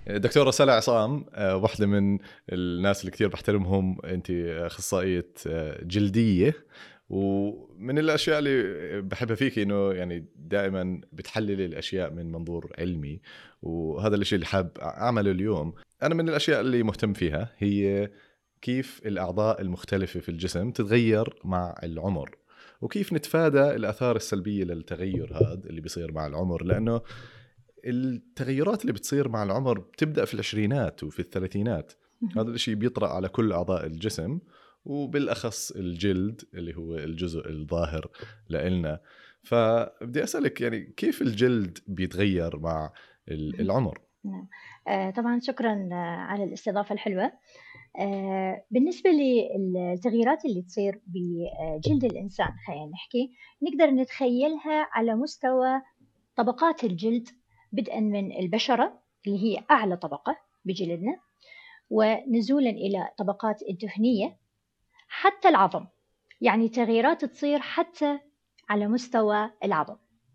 دكتورة سلا عصام، واحدة من الناس اللي كثير بحترمهم. أنت أخصائية جلدية، ومن الأشياء اللي بحبها فيك إنه يعني دائما بتحلل الأشياء من منظور علمي، وهذا الشيء اللي حاب أعمله اليوم. أنا من الأشياء اللي مهتم فيها هي كيف الأعضاء المختلفة في الجسم تتغير مع العمر، وكيف نتفادى الآثار السلبية للتغير هذا اللي بيصير مع العمر. لأنه التغيرات اللي بتصير مع العمر بتبدأ في العشرينات وفي الثلاثينات. هذا الشيء بيطرأ على كل أعضاء الجسم، وبالأخص الجلد اللي هو الجزء الظاهر لإلنا. فبدي أسألك يعني كيف الجلد بيتغير مع العمر؟ نعم. طبعا شكرا على الاستضافة الحلوة. بالنسبة للتغييرات اللي تصير بجلد الإنسان، خلينا نحكي نقدر نتخيلها على مستوى طبقات الجلد، بدءا من البشرة اللي هي أعلى طبقة بجلدنا، ونزولا إلى طبقات الدهنية حتى العظم. يعني تغييرات تصير حتى على مستوى العظم.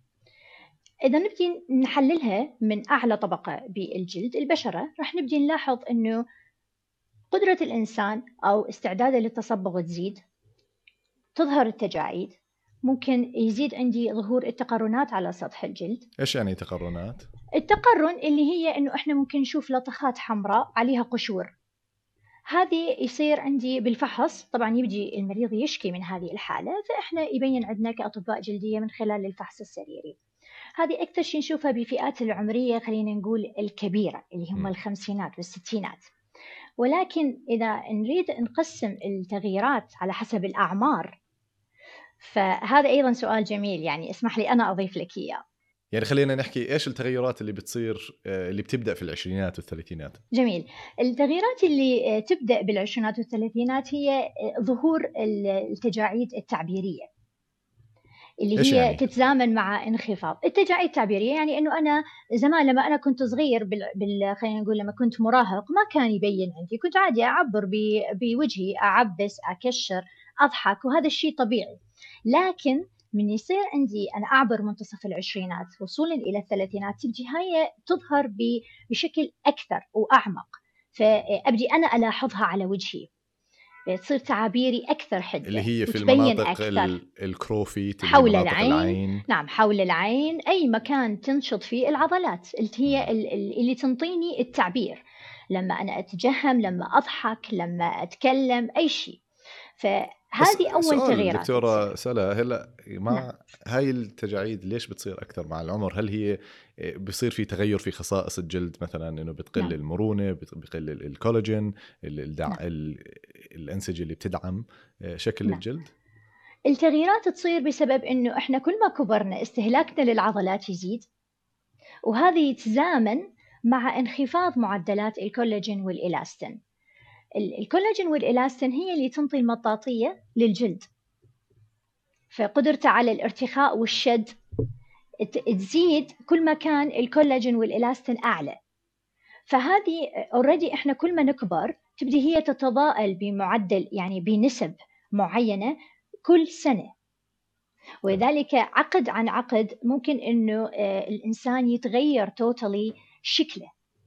إذا نبدي نحللها من أعلى طبقة بالجلد البشرة، راح نبدي نلاحظ أنه قدرة الإنسان أو استعداده للتصبغ تزيد، تظهر التجاعيد، ممكن يزيد عندي ظهور التقرنات على سطح الجلد. إيش يعني تقرنات؟ التقرن اللي هي أنه إحنا ممكن نشوف لطخات حمراء عليها قشور. هذه يصير عندي بالفحص، طبعا يبدي المريض يشكي من هذه الحالة، فإحنا يبين عندنا كأطباء جلدية من خلال الفحص السريري. هذه أكثر شيء نشوفها بفئات العمرية، خلينا نقول الكبيرة، اللي هم الخمسينات والستينات. ولكن إذا نريد نقسم التغييرات على حسب الأعمار، فهذا أيضا سؤال جميل، يعني اسمح لي أنا أضيف لك إياه. يعني خلينا نحكي إيش التغيرات اللي بتصير اللي بتبدأ في العشرينات والثلاثينات. جميل. التغييرات اللي تبدأ بالعشرينات والثلاثينات هي ظهور التجاعيد التعبيرية، اللي هي يعني؟ تتزامن مع انخفاض التجاعيد التعبيرية. يعني أنه أنا زمان لما أنا كنت صغير خلينا نقول لما كنت مراهق، ما كان يبين عندي، كنت عادي أعبر بوجهي، أعبس، أكشر، أضحك، وهذا الشيء طبيعي. لكن من يصير عندي أنا أعبر منتصف العشرينات وصولا إلى الثلاثينات، تبدي هاي تظهر بشكل أكثر وأعمق، فأبدي أنا ألاحظها على وجهي، تصير تعابيري أكثر حدة، اللي هي في وتبين المناطق أكثر الكروفيت، اللي هي حول مناطق العين. نعم، حول العين، أي مكان تنشط فيه العضلات اللي هي اللي تنطيني التعبير، لما أنا أتجهم، لما أضحك، لما أتكلم، أي شيء. فهذه أول سؤال تغييرات دكتورة تصير. سلا، هلا مع نعم. هاي التجاعيد ليش بتصير أكثر مع العمر؟ هل هي بصير في تغير في خصائص الجلد مثلا، إنه بتقل نعم. المرونة، بقل الكولاجين، نعم. الأنسجة اللي بتدعم شكل نعم. الجلد؟ التغييرات تصير بسبب أنه إحنا كل ما كبرنا استهلاكنا للعضلات يزيد، وهذا يتزامن مع انخفاض معدلات الكولاجين والإلاستين. الكولاجين والإلاستين هي اللي تنطي المطاطية للجلد، فقدرته على الارتخاء والشد تزيد كل ما كان الكولاجين والإلاستين أعلى. فهذه اوريدي احنا كل ما نكبر تبدي هي تتضاءل بمعدل، يعني بنسب معينة كل سنة، وذلك عقد عن عقد ممكن انه الانسان يتغير توتالي شكله.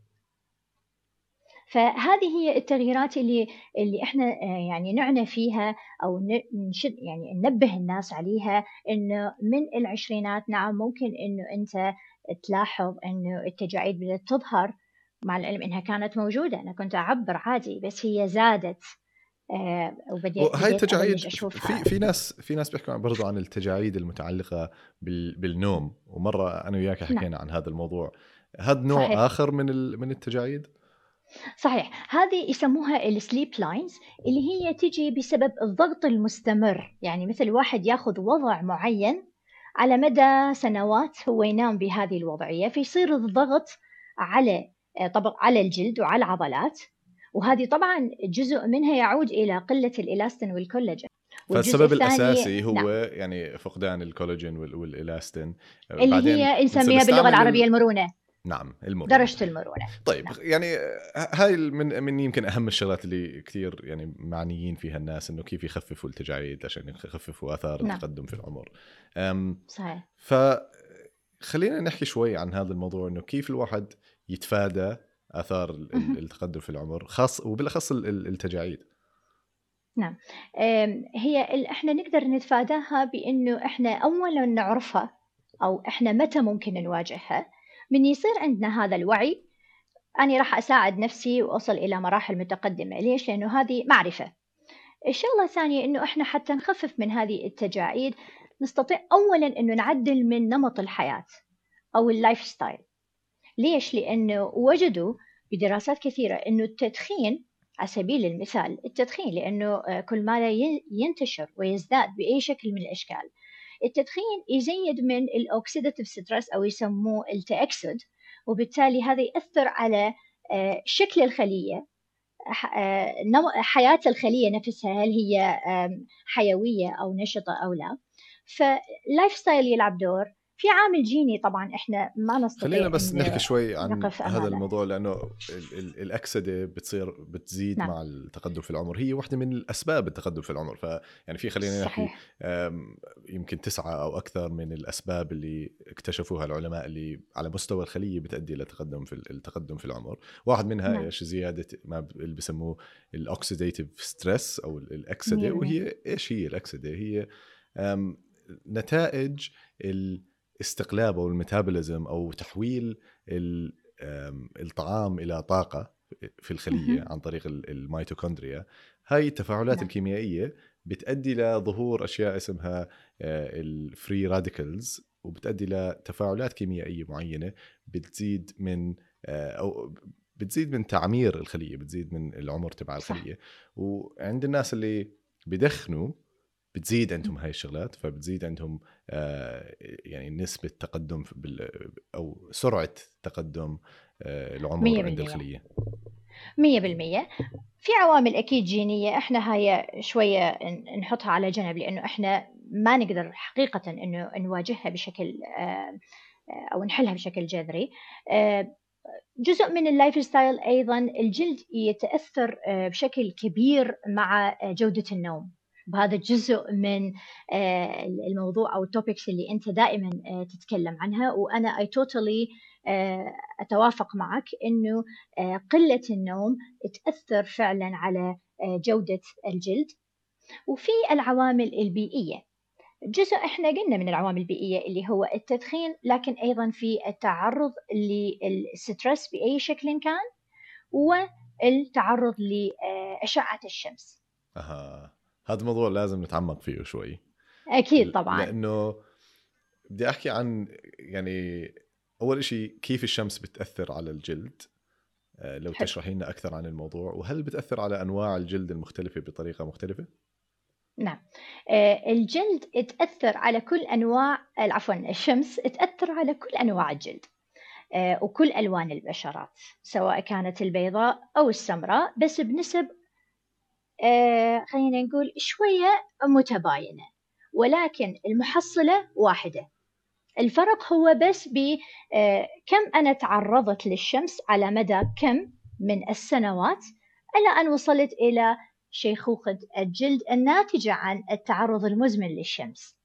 فهذه هي التغييرات اللي احنا يعني نعنى فيها، او يعني ننبه الناس عليها، انه من العشرينات نعم ممكن انه انت تلاحظ انه التجاعيد بدأت تظهر، مع العلم انها كانت موجودة، انا كنت اعبر عادي، بس هي زادت وهاي وبديت التجاعيد ابلش اشوفها. في ناس بيحكوا برضو عن التجاعيد المتعلقة بالنوم، ومرة أنا وياك نعم. حكينا عن هذا الموضوع. هذا نوع صحيح. آخر من التجاعيد؟ صحيح، هذه يسموها السليب لاينز، اللي هي تجي بسبب الضغط المستمر. يعني مثل واحد ياخذ وضع معين على مدى سنوات، هو ينام بهذه الوضعية، فيصير الضغط على على الجلد وعلى العضلات، وهذه طبعا جزء منها يعود إلى قلة الإلاستين والكولاجين. والجزء فالسبب الثاني الأساسي هو نعم، يعني فقدان الكولاجين والإلاستين. اللي بعدين هي نسميها باللغة بنستعمل العربية المرونة، نعم، المرونة. درجة المرونة. طيب، نعم. يعني هاي من يمكن أهم الشغلات اللي كثير يعني معنيين فيها الناس، إنه كيف يخففوا التجاعيد عشان يخففوا آثار نعم. التقدم في العمر. صحيح. فخلينا نحكي شوي عن هذا الموضوع، إنه كيف الواحد يتفادى آثار اهم. التقدم في العمر، وبالأخص التجاعيد. نعم. هي إحنا نقدر نتفاداها بإنه إحنا أولًا نعرفها، أو إحنا متى ممكن نواجهها. من يصير عندنا هذا الوعي، أني راح أساعد نفسي وأوصل إلى مراحل متقدمة. ليش؟ لأنه هذه معرفة. الشغلة الثانية إنه إحنا حتى نخفف من هذه التجاعيد، نستطيع أولًا إنه نعدل من نمط الحياة أو اللايف ستايل. ليش؟ لأنه وجدوا بدراسات كثيرة إنه التدخين، على سبيل المثال التدخين، لأنه كل ما لا ينتشر ويزداد بأي شكل من الأشكال، التدخين يزيد من الأوكسيداتيف ستريس أو يسموه التأكسد، وبالتالي هذا يأثر على شكل الخلية، حياة الخلية نفسها، هل هي حيوية أو نشطة أو لا. فاللايف ستايل يلعب دور. في عامل جيني طبعا احنا ما خلينا نستطيع بس ان نحكي شوي عن نقف هذا امامه. الموضوع، لأنه الأكسدة بتزيد نعم. مع التقدم في العمر، هي واحدة من الأسباب التقدم في العمر. يعني في، خلينا نحكي، صحيح. يمكن 9 أو أكثر من الأسباب اللي اكتشفوها العلماء اللي على مستوى الخلية بتؤدي إلى التقدم في العمر. واحد منها نعم. إيش؟ زيادة اللي بسموه الأوكسيديتيف ستريس أو الأكسدة. 100%. وهي إيش هي الأكسدة؟ هي أم، نتائج الاستقلاب او الميتابوليزم او تحويل الطعام الى طاقه في الخليه مهم. عن طريق الميتوكوندريا. هاي التفاعلات نعم. الكيميائيه بتؤدي لظهور اشياء اسمها الفري راديكلز، وبتؤدي لتفاعلات كيميائيه معينه بتزيد من او بتزيد من تعمير الخليه، بتزيد من العمر تبع صح. الخليه. وعند الناس اللي بدخنوا بتزيد عندهم هاي الشغلات، فبتزيد عندهم يعني نسبة تقدم أو سرعة تقدم العمر عند 100%. الخلية. 100%. في عوامل أكيد جينية، إحنا هاي شوية نحطها على جنب، لأنه إحنا ما نقدر حقيقة إنه نواجهها بشكل أو نحلها بشكل جذري. آه، جزء من اللايف ستايل أيضا، الجلد يتأثر بشكل كبير مع جودة النوم. وهذا جزء من الموضوع أو التوبكس اللي أنت دائما تتكلم عنها، وأنا I totally أتوافق معك إنه قلة النوم تأثر فعلا على جودة الجلد. وفي العوامل البيئية، جزء إحنا قلنا من العوامل البيئية اللي هو التدخين، لكن أيضا في التعرض للسترس بأي شكل كان، والتعرض لأشعة الشمس. هذا الموضوع لازم نتعمق فيه شوي، أكيد طبعا. لأنه بدي أحكي عن، يعني أول إشي كيف الشمس بتأثر على الجلد. لو حلو. تشرحي لنا أكثر عن الموضوع، وهل بتأثر على أنواع الجلد المختلفة بطريقة مختلفة؟ نعم. الجلد تأثر على كل أنواع، عفوا الشمس تأثر على كل أنواع الجلد وكل ألوان البشرات، سواء كانت البيضاء أو السمراء، بس بنسب خلينا نقول شوية متباينة، ولكن المحصلة واحدة. الفرق هو بس بكم أنا تعرضت للشمس على مدى كم من السنوات، إلى أن وصلت إلى شيخوخة الجلد الناتجة عن التعرض المزمن للشمس.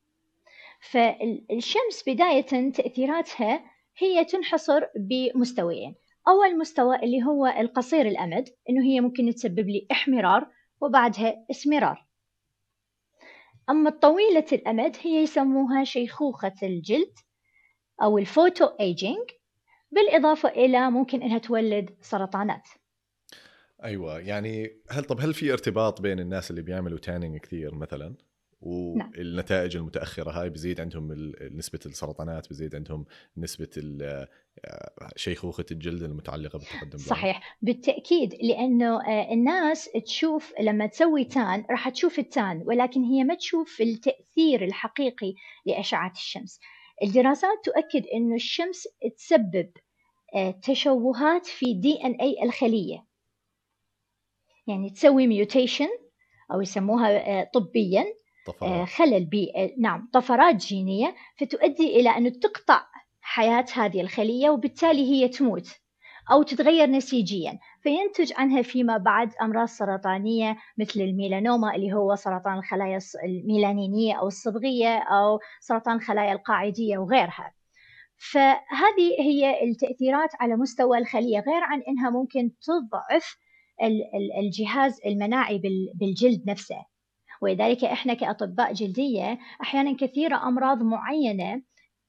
فالشمس بداية تأثيراتها هي تنحصر بمستويين. أول مستوى اللي هو القصير الأمد، إنه هي ممكن تسبب لي احمرار وبعدها اسمرار. أما الطويلة الأمد هي يسموها شيخوخة الجلد أو الفوتو ايجينج، بالإضافة إلى ممكن إنها تولد سرطانات. أيوة، يعني هل في ارتباط بين الناس اللي بيعملوا تانينج كثير مثلا نعم. والنتائج المتأخرة هاي، بزيد عندهم نسبة السرطانات، بزيد عندهم نسبة شيخوخة الجلد المتعلقة بالتقدم بالعمر؟ صحيح بالتأكيد، لأنه الناس تشوف لما تسوي تان راح تشوف التان، ولكن هي ما تشوف التأثير الحقيقي لأشعة الشمس. الدراسات تؤكد أنه الشمس تسبب تشوهات في دي ان اي الخلية، يعني تسوي ميوتيشن أو يسموها طبيا طفرات. خلل نعم طفرات جينية، فتؤدي إلى أن تقطع حياة هذه الخلية، وبالتالي هي تموت أو تتغير نسيجيا، فينتج عنها فيما بعد أمراض سرطانية مثل الميلانوما اللي هو سرطان الخلايا الميلانينية أو الصبغية، أو سرطان الخلايا القاعدية وغيرها. فهذه هي التأثيرات على مستوى الخلية، غير عن أنها ممكن تضعف الجهاز المناعي بالجلد نفسه. ولذلك إحنا كأطباء جلدية أحيانا كثيرة أمراض معينة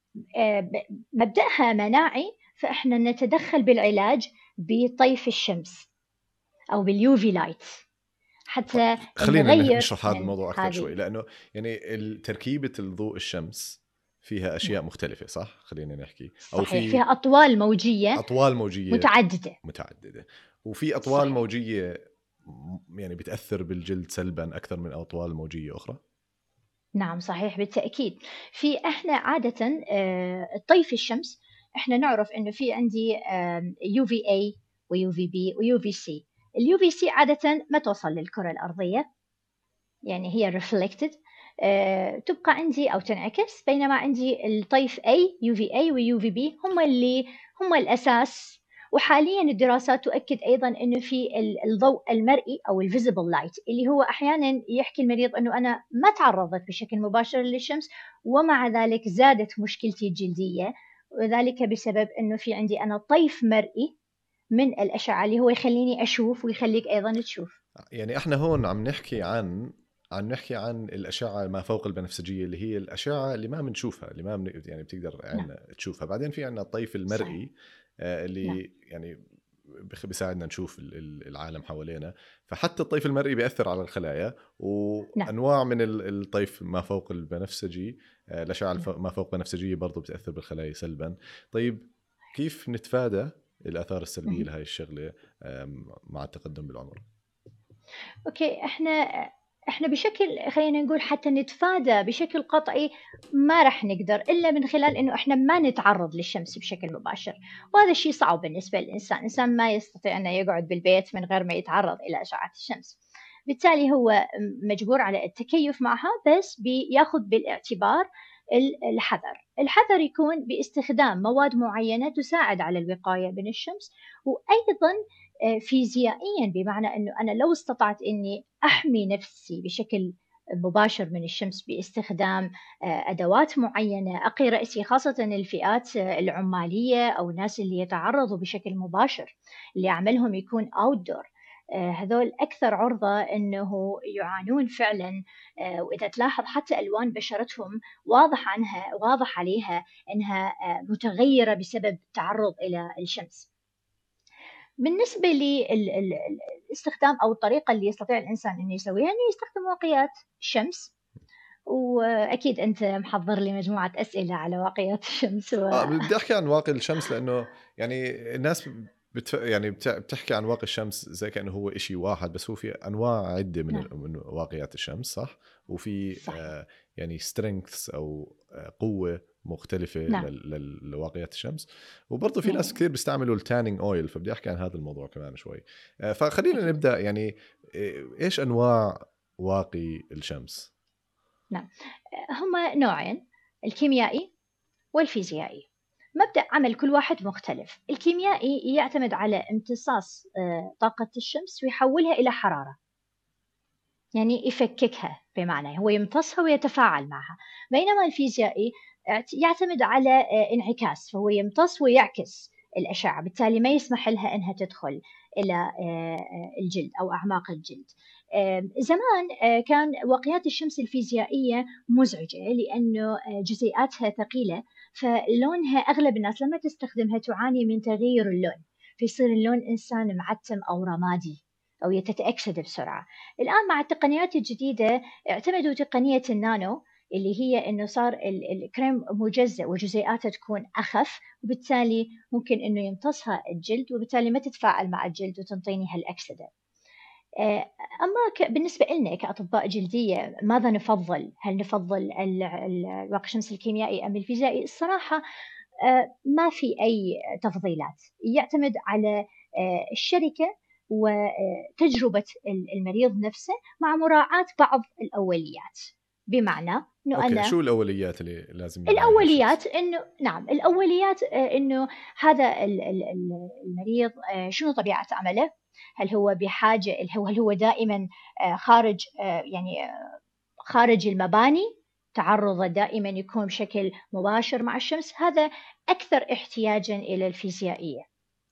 مبدأها مناعي، فإحنا نتدخل بالعلاج بطيف الشمس أو باليوفي لايت حتى خلينا نغير نشرح هذا من الموضوع أكثر شوي، هذه. لأنه يعني تركيبة الضوء الشمس فيها أشياء نعم مختلفة، صح؟ خلينا نحكي، أو صحيح، في فيها أطوال موجية أطوال موجية متعددة. متعددة، وفي أطوال صحيح موجية يعني بتأثر بالجلد سلبا أكثر من أطوال موجية أخرى. نعم صحيح بالتأكيد. في إحنا عادة طيف الشمس إحنا نعرف إنه في عندي UVA وUVB وUVC. الUVC عادة ما توصل للكرة الأرضية، يعني هي reflected، تبقى عندي أو تنعكس، بينما عندي الطيف A UVA وUVB هم الأساس. وحاليا الدراسات تؤكد أيضا أنه في الضوء المرئي أو الفيزيبل لايت، اللي هو أحيانا يحكي المريض أنه أنا ما تعرضت بشكل مباشر للشمس ومع ذلك زادت مشكلتي الجلدية، وذلك بسبب أنه في عندي أنا طيف مرئي من الأشعة اللي هو يخليني أشوف ويخليك أيضا تشوف. يعني احنا هون عم نحكي عن الأشعة ما فوق البنفسجية، اللي هي الأشعة اللي ما بنشوفها، اللي ما يعني بتقدر نعم عنا تشوفها. بعدين في عنا الطيف صحيح المرئي نعم اللي يعني بيساعدنا نشوف العالم حوالينا. فحتى الطيف المرئي بيأثر على الخلايا، نعم وأنواع من الطيف ما فوق البنفسجي، الأشعة نعم. ما فوق البنفسجية برضو بتأثر بالخلايا سلبا. طيب كيف نتفادى الآثار السلبية مهم. لهي الشغلة مع التقدم بالعمر؟ اوكي، احنا بشكل خلينا نقول حتى نتفادى بشكل قطعي ما راح نقدر الا من خلال انه احنا ما نتعرض للشمس بشكل مباشر، وهذا الشيء صعب بالنسبه للانسان. الانسان ما يستطيع انه يقعد بالبيت من غير ما يتعرض الى اشعه الشمس، بالتالي هو مجبور على التكيف معها، بس بياخذ بالاعتبار الحذر يكون باستخدام مواد معينه تساعد على الوقايه من الشمس، وايضا فيزيائيا، بمعنى أنه أنا لو استطعت أني أحمي نفسي بشكل مباشر من الشمس باستخدام أدوات معينة، أقي رأسي، خاصة الفئات العمالية أو الناس اللي يتعرضوا بشكل مباشر اللي عملهم يكون outdoor، هذول أكثر عرضة أنه يعانون فعلا. وإذا تلاحظ حتى ألوان بشرتهم واضح عليها أنها متغيرة بسبب التعرض إلى الشمس. بالنسبة للاستخدام أو الطريقة اللي يستطيع الإنسان أنه يسويها، أنه يستخدم واقيات الشمس. وأكيد أنت محضر لي مجموعة أسئلة على واقيات الشمس بدي احكي عن واقي الشمس، لانه يعني الناس بتحكي عن واقي الشمس زي كانه هو إشي واحد، بس هو في انواع عده من نعم من واقيات الشمس، صح؟ وفي صحيح يعني سترينثs او قوه مختلفه نعم لواقيات الشمس. وبرضه في ناس مم. كثير بيستعملوا التانينج اويل، فبدي احكي عن هذا الموضوع كمان شوي. فخلينا أكيد نبدا يعني ايش انواع واقي الشمس؟ نعم. هما نوعين، الكيميائي والفيزيائي. مبدأ عمل كل واحد مختلف. الكيميائي يعتمد على امتصاص طاقة الشمس ويحولها إلى حرارة، يعني يفككها، بمعنى هو يمتصها ويتفاعل معها. بينما الفيزيائي يعتمد على انعكاس، فهو يمتص ويعكس الأشعة، بالتالي ما يسمح لها أنها تدخل إلى الجلد أو أعماق الجلد. زمان كان واقيات الشمس الفيزيائية مزعجة لأنه جزيئاتها ثقيلة، فلونها أغلب الناس لما تستخدمها تعاني من تغير اللون، فيصير اللون إنسان معتم أو رمادي أو يتأكسد بسرعة. الآن مع التقنيات الجديدة اعتمدوا تقنية النانو، اللي هي انه صار الكريم مجزأ وجزيئاته تكون اخف، وبالتالي ممكن انه يمتصها الجلد وبالتالي ما تتفاعل مع الجلد وتنطيني هالاكسده. اما بالنسبه لنا كاطباء جلديه ماذا نفضل؟ هل نفضل الواقي الشمس الكيميائي ام الفيزيائي؟ الصراحه ما في اي تفضيلات، يعتمد على الشركه وتجربة المريض نفسه مع مراعاة بعض الأوليات. بمعنى أنه اوكي، أنا شو الاولويات اللي لازم يراعيها الأوليات الشخص؟ أنه نعم الأوليات أنه هذا المريض شنو طبيعة عمله؟ هل هو بحاجة، هل هو دائما خارج يعني خارج المباني، تعرضه دائما يكون بشكل مباشر مع الشمس، هذا أكثر احتياجا إلى الفيزيائية.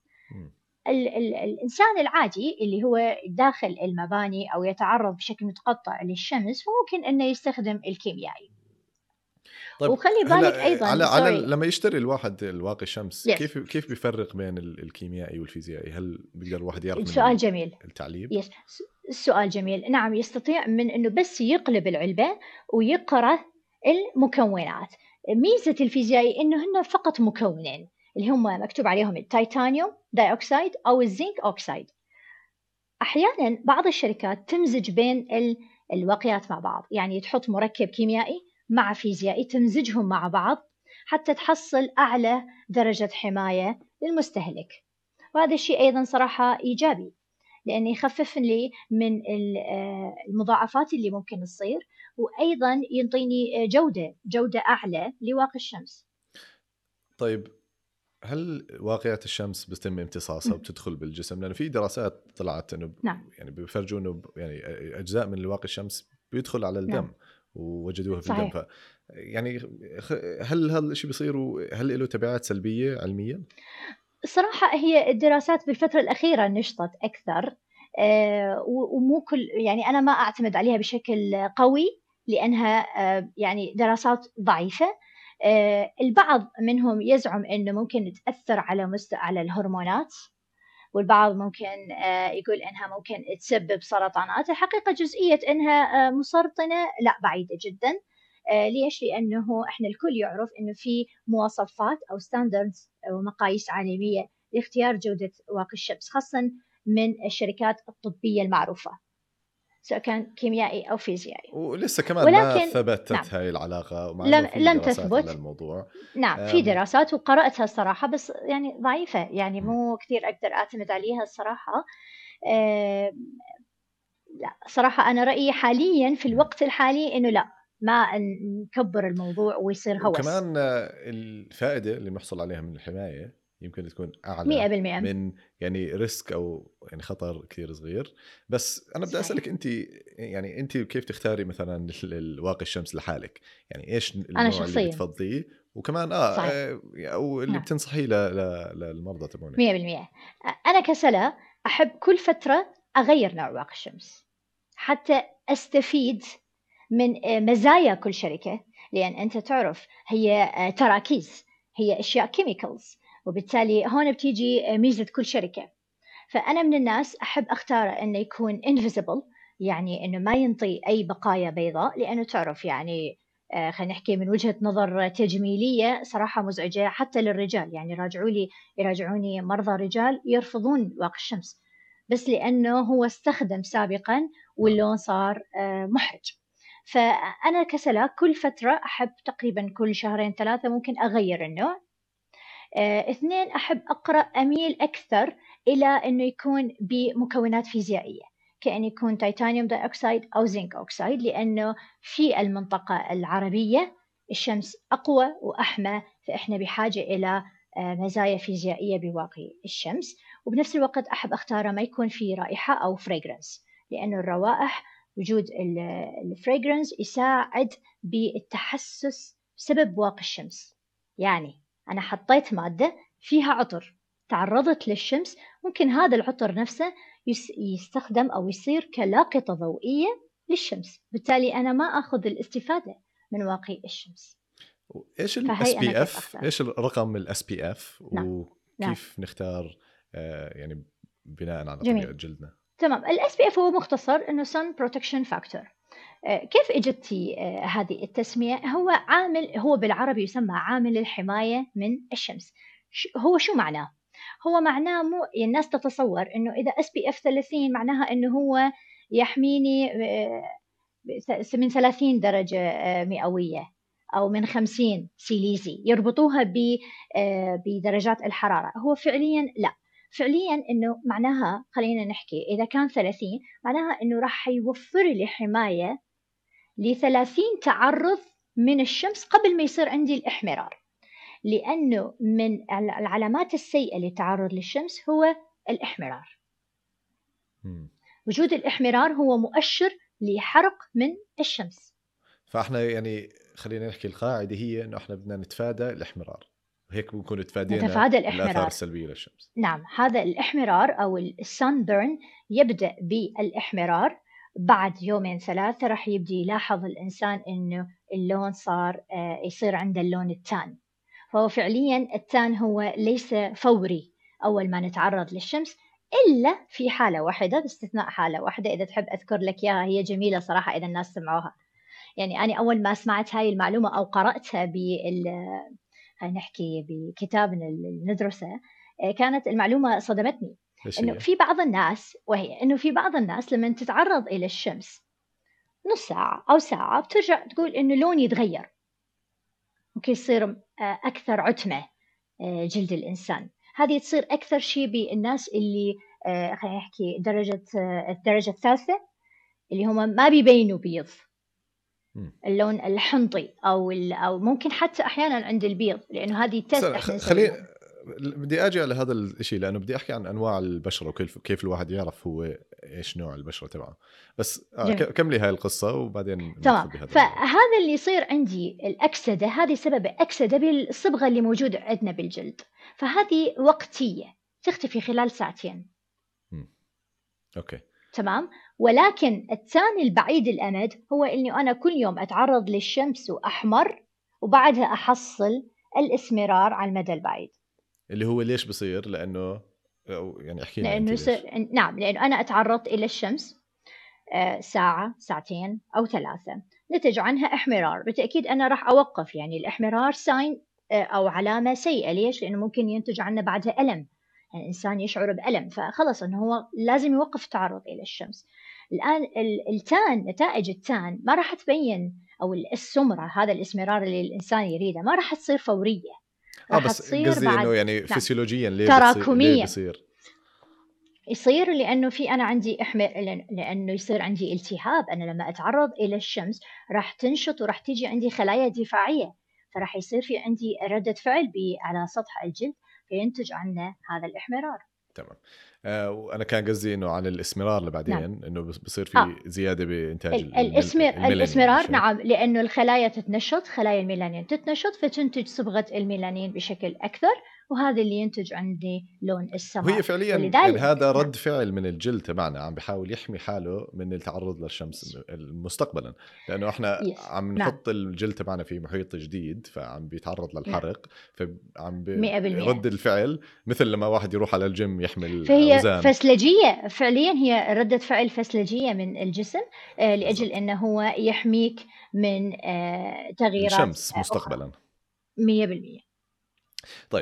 الإنسان العادي اللي هو داخل المباني أو يتعرض بشكل متقطع للشمس ممكن أنه يستخدم الكيميائي. طيب وخلي بالك هلا أيضا على لما يشتري الواحد الواقي الشمس، yes. كيف بيفرق بين الكيميائي والفيزيائي؟ هل بيقدر الواحد يعرف سؤال من جميل. التعليب؟ yes. السؤال جميل. نعم، يستطيع من أنه بس يقلب العلبة ويقرأ المكونات. ميزة الفيزيائي أنه هن فقط مكونين اللي هم مكتوب عليهم التيتانيوم دايوكسيد أو الزنك أوكسيد. أحيانا بعض الشركات تمزج بين الواقيات مع بعض، يعني تحط مركب كيميائي مع فيزيائي تمزجهم مع بعض حتى تحصل أعلى درجة حماية للمستهلك. وهذا الشيء أيضا صراحة إيجابي، لأنه يخفف لي من المضاعفات اللي ممكن تصير، وأيضا ينطيني جودة أعلى لواقي الشمس. طيب هل واقعة الشمس بيتم امتصاصها وبتدخل بالجسم؟ لأنه في دراسات طلعت إنه نعم. يعني بيفرجوا إنه يعني أجزاء من الواقي الشمس بيدخل على الدم. نعم. ووجدوها في صحيح. الدم. يعني هل هذا الشيء بيصير وهل له تبعات سلبية علميا؟ الصراحة هي الدراسات بالفترة الأخيرة نشطت أكثر، ومو كل، يعني أنا ما أعتمد عليها بشكل قوي لأنها يعني دراسات ضعيفة. البعض منهم يزعم أنه ممكن تأثر على الهرمونات، والبعض ممكن يقول أنها ممكن تسبب سرطانات. الحقيقة جزئية أنها مسرطنة لا، بعيدة جدا. ليش؟ لأنه إحنا الكل يعرف أنه في مواصفات أو ستاندردز أو مقاييس عالمية لاختيار جودة واقي الشمس، خاصة من الشركات الطبية المعروفة سواء كان كيميائي أو فيزيائي. ولسه كمان ما ولكن ثبتت نعم، هاي العلاقة، مع إنه في لم دراسات على تثبت. الموضوع. نعم، في دراسات وقرأتها الصراحة، بس يعني ضعيفة، يعني م. مو كثير أقدر أعتمد عليها الصراحة. آه، لا صراحة أنا رأيي حاليا في الوقت الحالي إنه لا، ما نكبر الموضوع ويصير هوس. وكمان الفائدة اللي بنحصل عليها من الحماية يمكن تكون أعلى 100%. من يعني ريسك أو يعني خطر كثير صغير. بس أنا بدي أسألك صحيح. أنت، يعني أنت كيف تختاري مثلا الواقي الشمس لحالك؟ يعني إيش أنا النوع اللي شخصيا. بتفضيه؟ وكمان صحيح. أو اللي نعم. بتنصحيه للمرضى تبعونك؟ 100%. أنا كسلة أحب كل فترة أغير نوع واقي الشمس حتى أستفيد من مزايا كل شركة، لأن أنت تعرف هي تراكيز، هي أشياء كيميكالز، وبالتالي هون بتيجي ميزة كل شركة. فأنا من الناس أحب أختار إنه يكون invisible، يعني إنه ما ينطي أي بقايا بيضاء، لأنه تعرف يعني خلينا نحكي من وجهة نظر تجميلية صراحة مزعجة حتى للرجال. يعني يراجعوني مرضى رجال يرفضون واقي الشمس بس لأنه هو استخدم سابقا نعم. واللون صار محرج. فأنا كسلة كل فترة أحب تقريبا كل شهرين ثلاثة ممكن أغير النوع. اثنين، أحب أقرأ أميل أكثر إلى أنه يكون بمكونات فيزيائية، كأن يكون تيتانيوم دايوكسيد أو زنك أوكسيد، لأنه في المنطقة العربية الشمس أقوى وأحمى، فإحنا بحاجة إلى مزايا فيزيائية بواقي الشمس. وبنفس الوقت أحب أختار ما يكون فيه رائحة أو فريغرنس، لأنه الروائح، وجود الفريغرنس يساعد بالتحسس بسبب واقي الشمس. يعني أنا حطيت مادة فيها عطر، تعرضت للشمس، ممكن هذا العطر نفسه يستخدم أو يصير كلاقطة ضوئية للشمس، بالتالي أنا ما أخذ الاستفادة من واقي الشمس. ايش الاس فهي أنا بي كيف اف؟ أختار. ايش الرقم الاس بي اف نعم. نعم. وكيف نختار يعني بناء على طبيعة جميل. جلدنا؟ تمام. ال SPF هو مختصر إنه Sun Protection Factor. كيف اجتي هذه التسمية؟ هو عامل، هو بالعربي يسمى عامل الحماية من الشمس. هو شو معناه؟ هو معناه مو الناس تتصور إنه إذا SPF 30 معناها إنه هو يحميني من 30 درجة مئوية أو من 50 سيليزي، يربطوها بدرجات الحرارة. هو فعليا لا، فعليا إنه معناها، خلينا نحكي إذا كان 30 معناها إنه راح يوفر لي حماية ل30 تعرض من الشمس قبل ما يصير عندي الإحمرار. لأنه من العلامات السيئة للتعرض للشمس هو الإحمرار. وجود الإحمرار هو مؤشر لحرق من الشمس. فاحنا يعني خلينا نحكي القاعده هي انه احنا بدنا نتفادى الاحمرار، هيك بنكون تفادينا نتفادى الاثار الإحمرار. السلبيه للشمس. نعم، هذا الإحمرار أو السان بيرن يبدأ بالإحمرار بعد يومين ثلاثة، راح يبدي يلاحظ الإنسان إنه اللون صار يصير عنده اللون التان. فهو فعليا التان هو ليس فوري أول ما نتعرض للشمس، إلا في حالة واحدة، باستثناء حالة واحدة إذا تحب أذكر لك إياها، هي جميلة صراحة إذا الناس سمعوها. يعني أنا أول ما سمعت هاي المعلومة أو قرأتها خلينا نحكي بكتابنا اللي ندرسه، كانت المعلومة صدمتني. ايش إنه هي؟ في بعض الناس، وهي إنه في بعض الناس لما تتعرض إلى الشمس نص ساعة أو ساعة بترجع تقول إنه لوني يتغير، ممكن يصير أكثر عتمة جلد الإنسان. هذه تصير أكثر شيء بالناس اللي خلينا نحكي الدرجة الثالثة، اللي هم ما بيبينوا بيض، اللون الحنطي أو ممكن حتى أحيانا عند البيض، لأنه هذه تست إحنا خليني نسويها. بدي اجي على هذا الشيء لانه بدي احكي عن انواع البشره وكيف الواحد يعرف هو ايش نوع البشره تبعه. بس جميل. كملي هاي القصه وبعدين تمام. ندخل بهذا الموضوع. فهذا اللي يصير عندي الأكسدة، هذه سبب أكسدة بالصبغة اللي موجودة عندنا بالجلد، فهذه وقتية تختفي خلال ساعتين. اوكي. تمام. ولكن الثاني البعيد الأمد هو إني أنا كل يوم أتعرض للشمس وأحمر، وبعدها أحصل الإسمرار على المدى البعيد. اللي هو ليش بصير؟ لانه يعني احكي لنا انت لأنه ليش. نعم، لأنه أنا أتعرضت إلى الشمس ساعة ساعتين أو ثلاثة، نتج عنها احمرار. بالتأكيد أنا راح أوقف، يعني الاحمرار ساين أو علامة سيئة. ليش؟ لأنه ممكن ينتج عنه بعدها ألم، يعني الإنسان يشعر بألم، فخلص أنه هو لازم يوقف التعرض إلى الشمس. الآن التان، نتائج التان ما راح تبين، أو السمرة، هذا الإسمرار اللي الإنسان يريده، ما راح تصير فورية، راح بس تصير قصدي انه بعد. يعني نعم، فسيولوجيا ليه بتصير، ليه تراكمية. بصير؟ يصير لأنه في أنا عندي لأنه يصير عندي التهاب. أنا لما أتعرض إلى الشمس راح تنشط وراح تيجي عندي خلايا دفاعية، فراح يصير في عندي ردة فعل على سطح الجلد، فينتج عنه هذا الإحمرار. تمام. وانا كان قصدي انه عن الاسمرار اللي نعم. بعدين انه بصير في زياده بانتاج الميلانين، الإسمرار، مش هيك؟ نعم، لأنه الخلايا تتنشط، خلايا الميلانين تتنشط فتنتج صبغة الميلانين بشكل أكثر، وهذا اللي ينتج عندي لون وهي السمار. فعليا يعني ولذلك هذا نعم. رد فعل من الجلد تبعنا، عم بيحاول يحمي حاله من التعرض للشمس مستقبلا، لانه احنا يس. عم نعم. نحط الجلد تبعنا في محيط جديد فعم بيتعرض نعم. للحرق، فعم 100%. رد الفعل مثل لما واحد يروح على الجيم يحمل فهي اوزان. فسلجية فعليا، هي ردة فعل فسلجية من الجسم لأجل بالضبط. أنه هو يحميك من تغييرات الشمس أخرى. مستقبلا. 100%. طيب،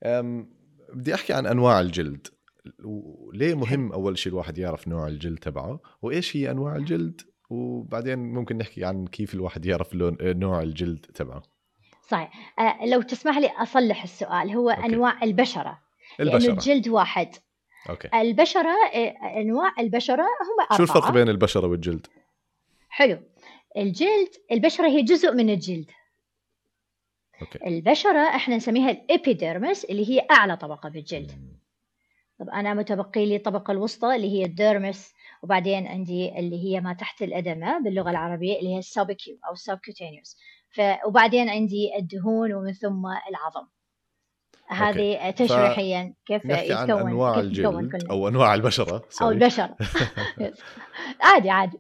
بدي احكي عن انواع الجلد، وليه حلو. مهم اول شيء الواحد يعرف نوع الجلد تبعه وايش هي انواع الجلد، وبعدين ممكن نحكي عن كيف الواحد يعرف نوع الجلد تبعه. صحيح. لو تسمح لي أصلح السؤال، هو اوكي. أنواع البشرة، لأنه البشرة. الجلد واحد. اوكي. البشرة أنواع البشرة هم شو الفرق 4. بين البشرة والجلد؟ حلو. البشرة هي جزء من الجلد. اوكي. البشرة احنا نسميها الإبيديرمس، اللي هي أعلى طبقة بالجلد. طب أنا متبقي لي الطبقة الوسطى اللي هي الديرمس، وبعدين عندي اللي هي ما تحت الأدمة باللغة العربية اللي هي السابكيو أو السابكوتينيوس، وبعدين عندي الدهون ومن ثم العظم. اوكي. هذه تشريحيا كيف فنحكي عن يتكون، انواع كيف نكون الجلد كلنا، او انواع البشرة، أو سوري. البشرة. عادي عادي.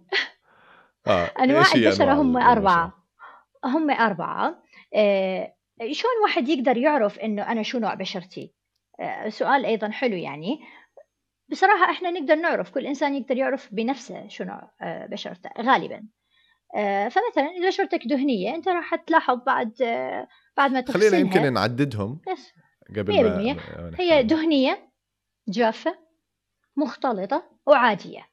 أنواع ايش هي البشرة انواع هم البشرة؟ 4. هم 4. شلون واحد يقدر يعرف إنه أنا شو نوع بشرتي؟ سؤال أيضا حلو يعني. بصراحة إحنا نقدر نعرف، كل إنسان يقدر يعرف بنفسه شو نوع بشرته غالبا. فمثلا إذا بشرتك دهنية أنت راح تلاحظ بعد ما خلينا تغسلها. يمكن نعددهم بس قبل ما 100% نحكي هي عنهم. دهنية، جافة، مختلطة، وعادية.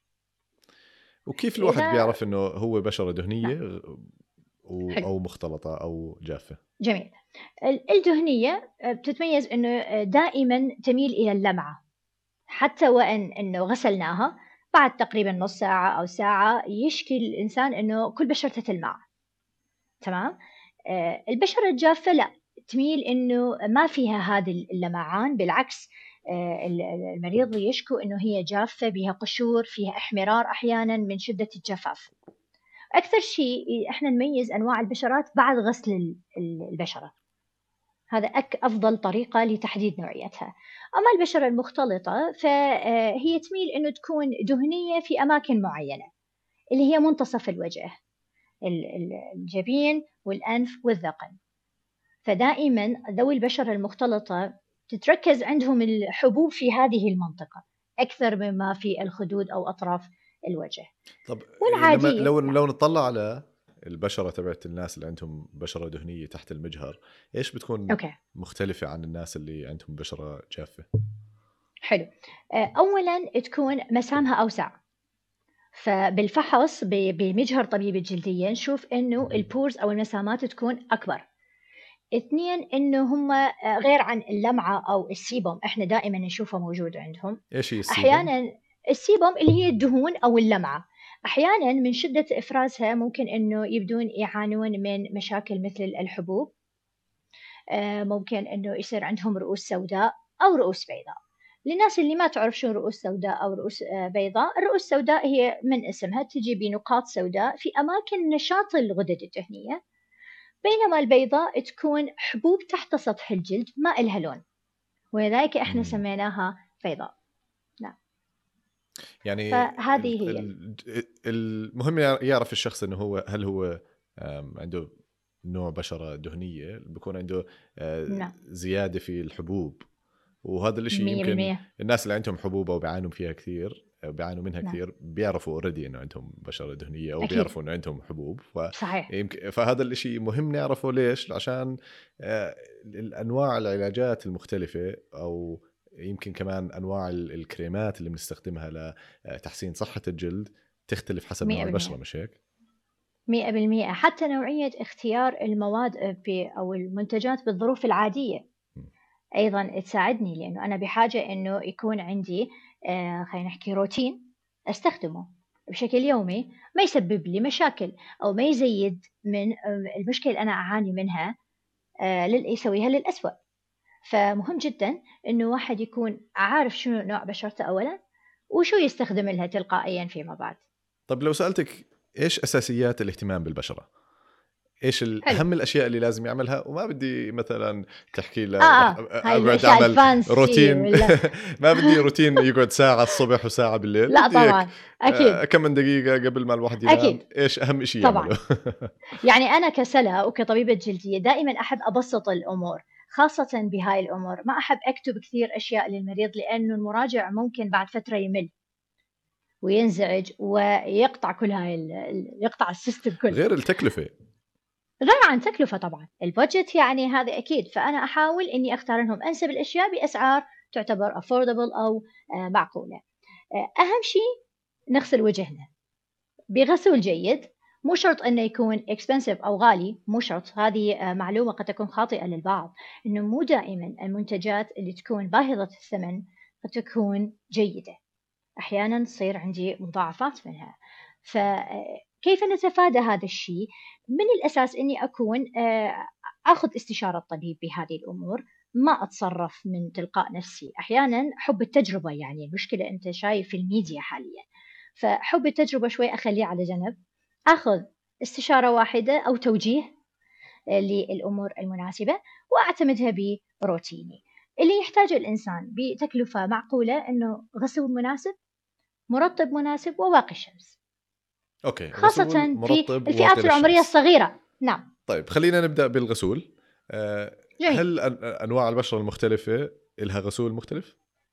وكيف الواحد إذا بيعرف انه هو بشرة نعم. دهنية حلو. او مختلطة او جافة؟ جميل. الدهنية بتتميز إنه دائما تميل إلى اللمعة، حتى وإن إنه غسلناها بعد تقريبا نص ساعة أو ساعة يشكي الإنسان إنه كل بشرته تلمع. تمام. البشرة الجافة لا، تميل إنه ما فيها هذا اللمعان، بالعكس المريض يشكو إنه هي جافة، بها قشور، فيها احمرار أحيانا من شدة الجفاف. أكثر شيء إحنا نميز أنواع البشرات بعد غسل البشرة، هذا أفضل طريقة لتحديد نوعيتها. أما البشرة المختلطة فهي تميل إنه تكون دهنية في أماكن معينة اللي هي منتصف الوجه، الجبين والأنف والذقن. فدائما ذوي البشرة المختلطة تتركز عندهم الحبوب في هذه المنطقة أكثر مما في الخدود أو أطراف الوجه. طب لما والعادية لو نطلع على البشرة تبعت الناس اللي عندهم بشرة دهنية تحت المجهر، إيش بتكون أوكي. مختلفة عن الناس اللي عندهم بشرة جافة؟ حلو. أولا تكون مسامها أوسع، فبالفحص بمجهر طبيب الجلدية نشوف إنه البورز أو المسامات تكون أكبر. اثنين إنه هم غير عن اللمعة أو السيبوم إحنا دائما نشوفه موجود عندهم. إيش هي السيبم؟ أحيانا السيبوم اللي هي الدهون أو اللمعة، أحيانا من شدة إفرازها ممكن إنه يبدون يعانون من مشاكل مثل الحبوب، ممكن إنه يصير عندهم رؤوس سوداء أو رؤوس بيضاء. للناس اللي ما تعرف شو رؤوس سوداء أو رؤوس بيضاء، الرؤوس السوداء هي من اسمها تجي بنقاط سوداء في أماكن نشاط الغدد الدهنية، بينما البيضاء تكون حبوب تحت سطح الجلد ما إلها لون، ولذلك إحنا سميناها بيضاء. نعم. يعني فهذه هي المهم يعرف الشخص إنه هو هل هو عنده نوع بشرة دهنية، بيكون عنده نعم. زيادة في الحبوب، وهذا الاشي يمكن الناس اللي عندهم حبوب أو بيعانوا فيها كثير بيعانوا منها نعم. كثير بيعرفوا اوريدي إنه عندهم بشرة دهنية أو أكيد. بيعرفوا إنه عندهم حبوب. صحيح. فهذا الاشي مهم نعرفه. ليش؟ عشان الأنواع العلاجات المختلفة أو يمكن كمان أنواع الكريمات اللي بنستخدمها لتحسين صحة الجلد تختلف حسب نوع البشرة، مش هيك؟ 100%. حتى نوعية اختيار المواد أو المنتجات بالظروف العادية أيضا تساعدني، لأنه أنا بحاجة أنه يكون عندي خلينا نحكي روتين أستخدمه بشكل يومي ما يسبب لي مشاكل أو ما يزيد من المشكلة اللي أنا أعاني منها يسويها للأسوأ. فمهم جدا أنه واحد يكون عارف شنو نوع بشرته أولا وشو يستخدم لها تلقائيا فيما بعد. طب لو سألتك إيش أساسيات الاهتمام بالبشرة؟ إيش أهم الأشياء اللي لازم يعملها؟ وما بدي مثلا تحكي لي أقعد أعمل روتين ما بدي روتين يقعد ساعة الصبح وساعة بالليل. لا طبعا أكيد كم من دقيقة قبل ما الواحد ينام. أكيد. إيش أهم شيء طبعا يعمله؟ يعني أنا كسلة وكطبيبة جلدية دائما أحب أبسط الأمور، خاصة بهاي الأمور ما أحب أكتب كثير أشياء للمريض، لأنه المراجع ممكن بعد فترة يمل وينزعج ويقطع كل يقطع السيستم كله. غير التكلفة، غير عن تكلفة طبعا البادجت، يعني هذا أكيد. فأنا أحاول إني أختار لهم أنسب الأشياء بأسعار تعتبر affordable أو معقولة. أهم شيء نغسل وجهنا بغسول جيد، مو شرط أنه يكون expensive أو غالي، مو شرط. هذه معلومة قد تكون خاطئة للبعض، أنه مو دائما المنتجات اللي تكون باهظة الثمن قد تكون جيدة، أحيانا تصير عندي مضاعفات منها. فكيف نتفادى هذا الشيء؟ من الأساس أني أكون أخذ استشارة طبيب بهذه الأمور، ما أتصرف من تلقاء نفسي. أحيانا حب التجربة، يعني المشكلة أنت شايف في الميديا حاليا، فحب التجربة شوي أخليه على جنب، أخذ استشارة واحدة أو توجيه للأمور المناسبة وأعتمدها بروتيني اللي يحتاجه الإنسان بتكلفة معقولة، أنه غسول مناسب، مرطب مناسب، وواقي الشمس. أوكي. خاصة في الفئات العمرية الصغيرة. نعم. طيب خلينا نبدأ بالغسول. جميل. هل أنواع البشرة المختلفة لها غسول مختلف؟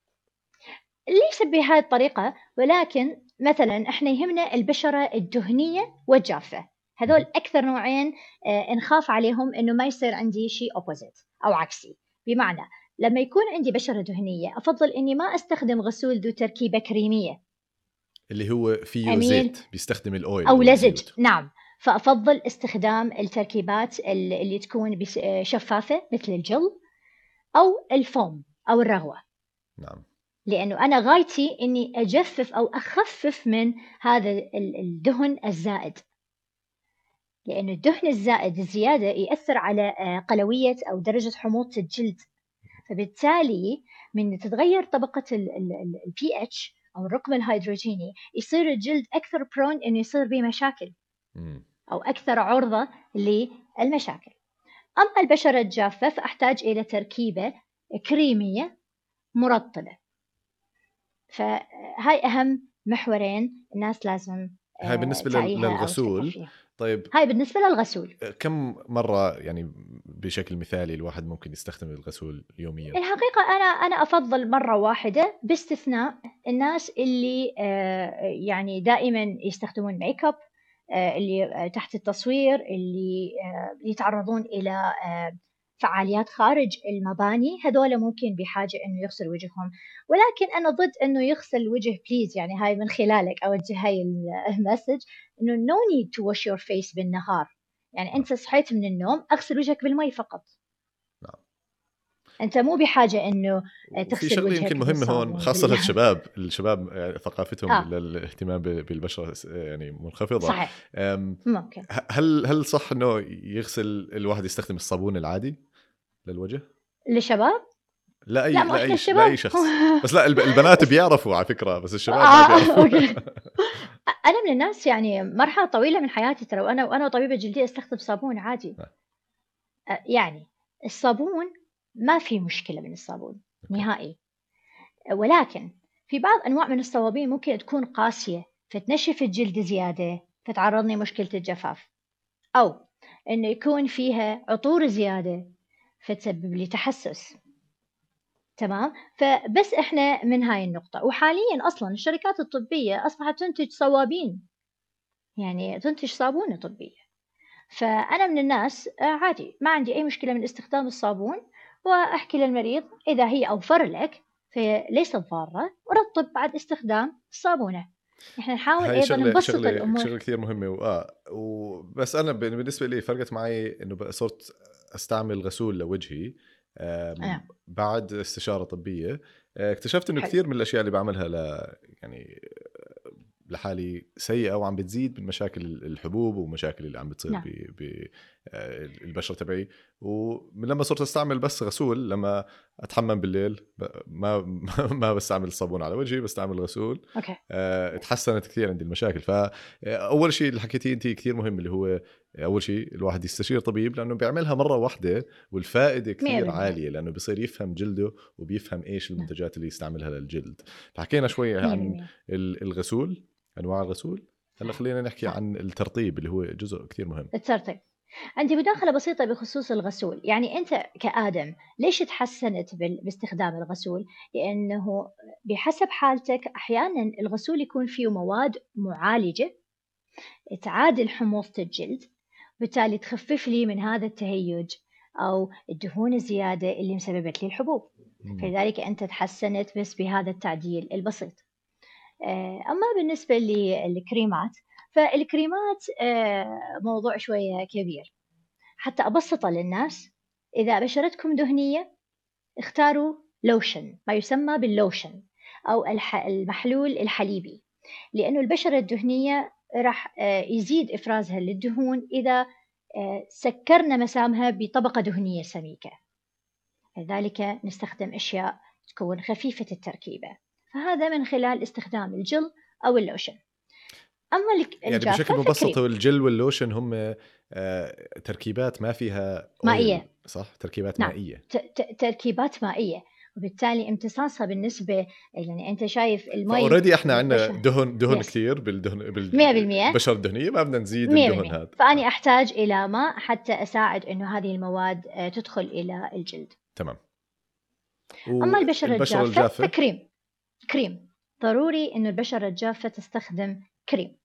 ليس بهذه الطريقة، ولكن مثلا احنا يهمنا البشرة الدهنية والجافة، هذول أكثر نوعين نخاف عليهم إنه ما يصير عندي شيء opposite أو عكسي. بمعنى لما يكون عندي بشرة دهنية أفضل إني ما أستخدم غسول ذو تركيبة كريمية اللي هو فيه زيت، بيستخدم الأويل أو لزج. نعم. فأفضل استخدام التركيبات اللي تكون شفافة مثل الجل أو الفوم أو الرغوة. نعم. لأنه أنا غايتي إني أجفف أو أخفف من هذا الدهن الزائد، لأن الدهن الزائد الزيادة يأثر على قلوية أو درجة حموضة الجلد، فبالتالي من تتغير طبقة البي اتش أو الرقم الهيدروجيني يصير الجلد أكثر برون إنه يصير به مشاكل. مم. أو أكثر عرضة للمشاكل. أما البشرة الجافة فأحتاج إلى تركيبة كريمية مرطبة. فهاي أهم محورين الناس لازم هاي بالنسبة تعيها أو تفكر للغسول. فيها. طيب هاي بالنسبة للغسول. كم مرة يعني بشكل مثالي الواحد ممكن يستخدم الغسول يوميا؟ الحقيقة أنا أفضل مرة واحدة، باستثناء الناس اللي يعني دائما يستخدمون ميك اب، اللي تحت التصوير، اللي يتعرضون إلى فعاليات خارج المباني، هذول ممكن بحاجة إنه يغسل وجههم. ولكن أنا ضد إنه يغسل الوجه بليز، يعني هاي من خلالك أوجه هاي المسج، إنه no need to wash your face بالنهار. يعني نعم. أنت صحيت من النوم، أغسل وجهك بالمي فقط. نعم. أنت مو بحاجة إنه وفي تغسل شغله يمكن وجهك مهمه هون، بالصابون خاصه الشباب ثقافتهم آه للاهتمام بالبشره يعني منخفضه. صحيح. أم، ممكن. هل صح انه يغسل الواحد يستخدم الصابون العادي للوجه؟ للشباب؟ لا لا اي مو لا إحنا اي لا الشباب. اي شخص. بس لا البنات بيعرفوا على فكره، بس الشباب ما بيعرفوا. أوكي. أنا من الناس يعني مرحلة طويلة من حياتي ترى، وأنا طبيبة جلدية أستخدم صابون عادي. يعني الصابون ما في مشكلة من الصابون اوكي. نهائي. ولكن في بعض أنواع من الصوابين ممكن تكون قاسية فتنشف الجلد زيادة، فتعرضني مشكلة الجفاف، أو إنه يكون فيها عطور زيادة فتسبب لي تحسس. تمام. فبس إحنا من هاي النقطة، وحاليا أصلا الشركات الطبية أصبحت تنتج صوابين، يعني تنتج صابونة طبية. فأنا من الناس عادي ما عندي أي مشكلة من استخدام الصابون، وأحكي للمريض إذا هي أوفر لك فليست ضارة، ورطب بعد استخدام الصابونة. إحنا نحاول هاي أيضا شغله نبسط شغله الأمور. شغله كثير مهمه وبس انا بالنسبه لي فرقت معي انه بقى صرت استعمل غسول لوجهي بعد استشاره طبيه. اكتشفت انه حلو. كثير من الاشياء اللي بعملها يعني لحالي سيئه وعم بتزيد من مشاكل الحبوب ومشاكل اللي عم بتصير نعم. البشره تبعي. ومن لما صرت استعمل بس غسول لما اتحمم بالليل، ما ما بستعمل الصابون على وجهي، بستعمل غسول. أوكي. تحسنت كثير عندي المشاكل. فاول شيء اللي حكيتيه انت كثير مهم، اللي هو اول شيء الواحد يستشير طبيب، لانه بيعملها مره واحده والفائده كثير 100%. عاليه، لانه بيصير يفهم جلده وبيفهم ايش نعم. المنتجات اللي يستعملها للجلد. فحكينا شوي عن 100%. الغسول، انواع الغسول. هلا صحيح. خلينا نحكي نعم. عن الترطيب اللي هو جزء كثير مهم. الترطيب. عندي مداخلة بسيطة بخصوص الغسول. يعني أنت كآدم ليش تحسنت باستخدام الغسول؟ لأنه بحسب حالتك أحيانا الغسول يكون فيه مواد معالجة تعادل حموضة الجلد، بالتالي تخفف لي من هذا التهيج أو الدهون الزيادة اللي مسببت لي الحبوب. فلذلك أنت تحسنت بس بهذا التعديل البسيط. أما بالنسبة للكريمات، فالكريمات موضوع شوية كبير. حتى أبسطه للناس، إذا بشرتكم دهنية اختاروا لوشن، ما يسمى باللوشن أو المحلول الحليبي، لأنه البشرة الدهنية راح يزيد إفرازها للدهون إذا سكرنا مسامها بطبقة دهنية سميكة. لذلك نستخدم أشياء تكون خفيفة التركيبة، فهذا من خلال استخدام الجل أو اللوشن. أما يعني بشكل الجافة مبسط هو فكريم. الجل واللوشن هم تركيبات ما فيها مائية. اويل، صح؟ تركيبات نعم. مائية. تركيبات مائية، وبالتالي امتصاصها بالنسبة، يعني أنت شايف المي فاوريدي احنا عندنا للبشرة. دهن يس. كثير 100%. بالبشره الدهنيه، ما بدنا نزيد الدهن 100%. هذا. فأني أحتاج إلى ماء حتى أساعد إنه هذه المواد تدخل إلى الجلد. تمام. أما البشرة والبشره الجافة الجافه. فكريم. كريم. ضروري إنه البشرة الجافة تستخدم كريم.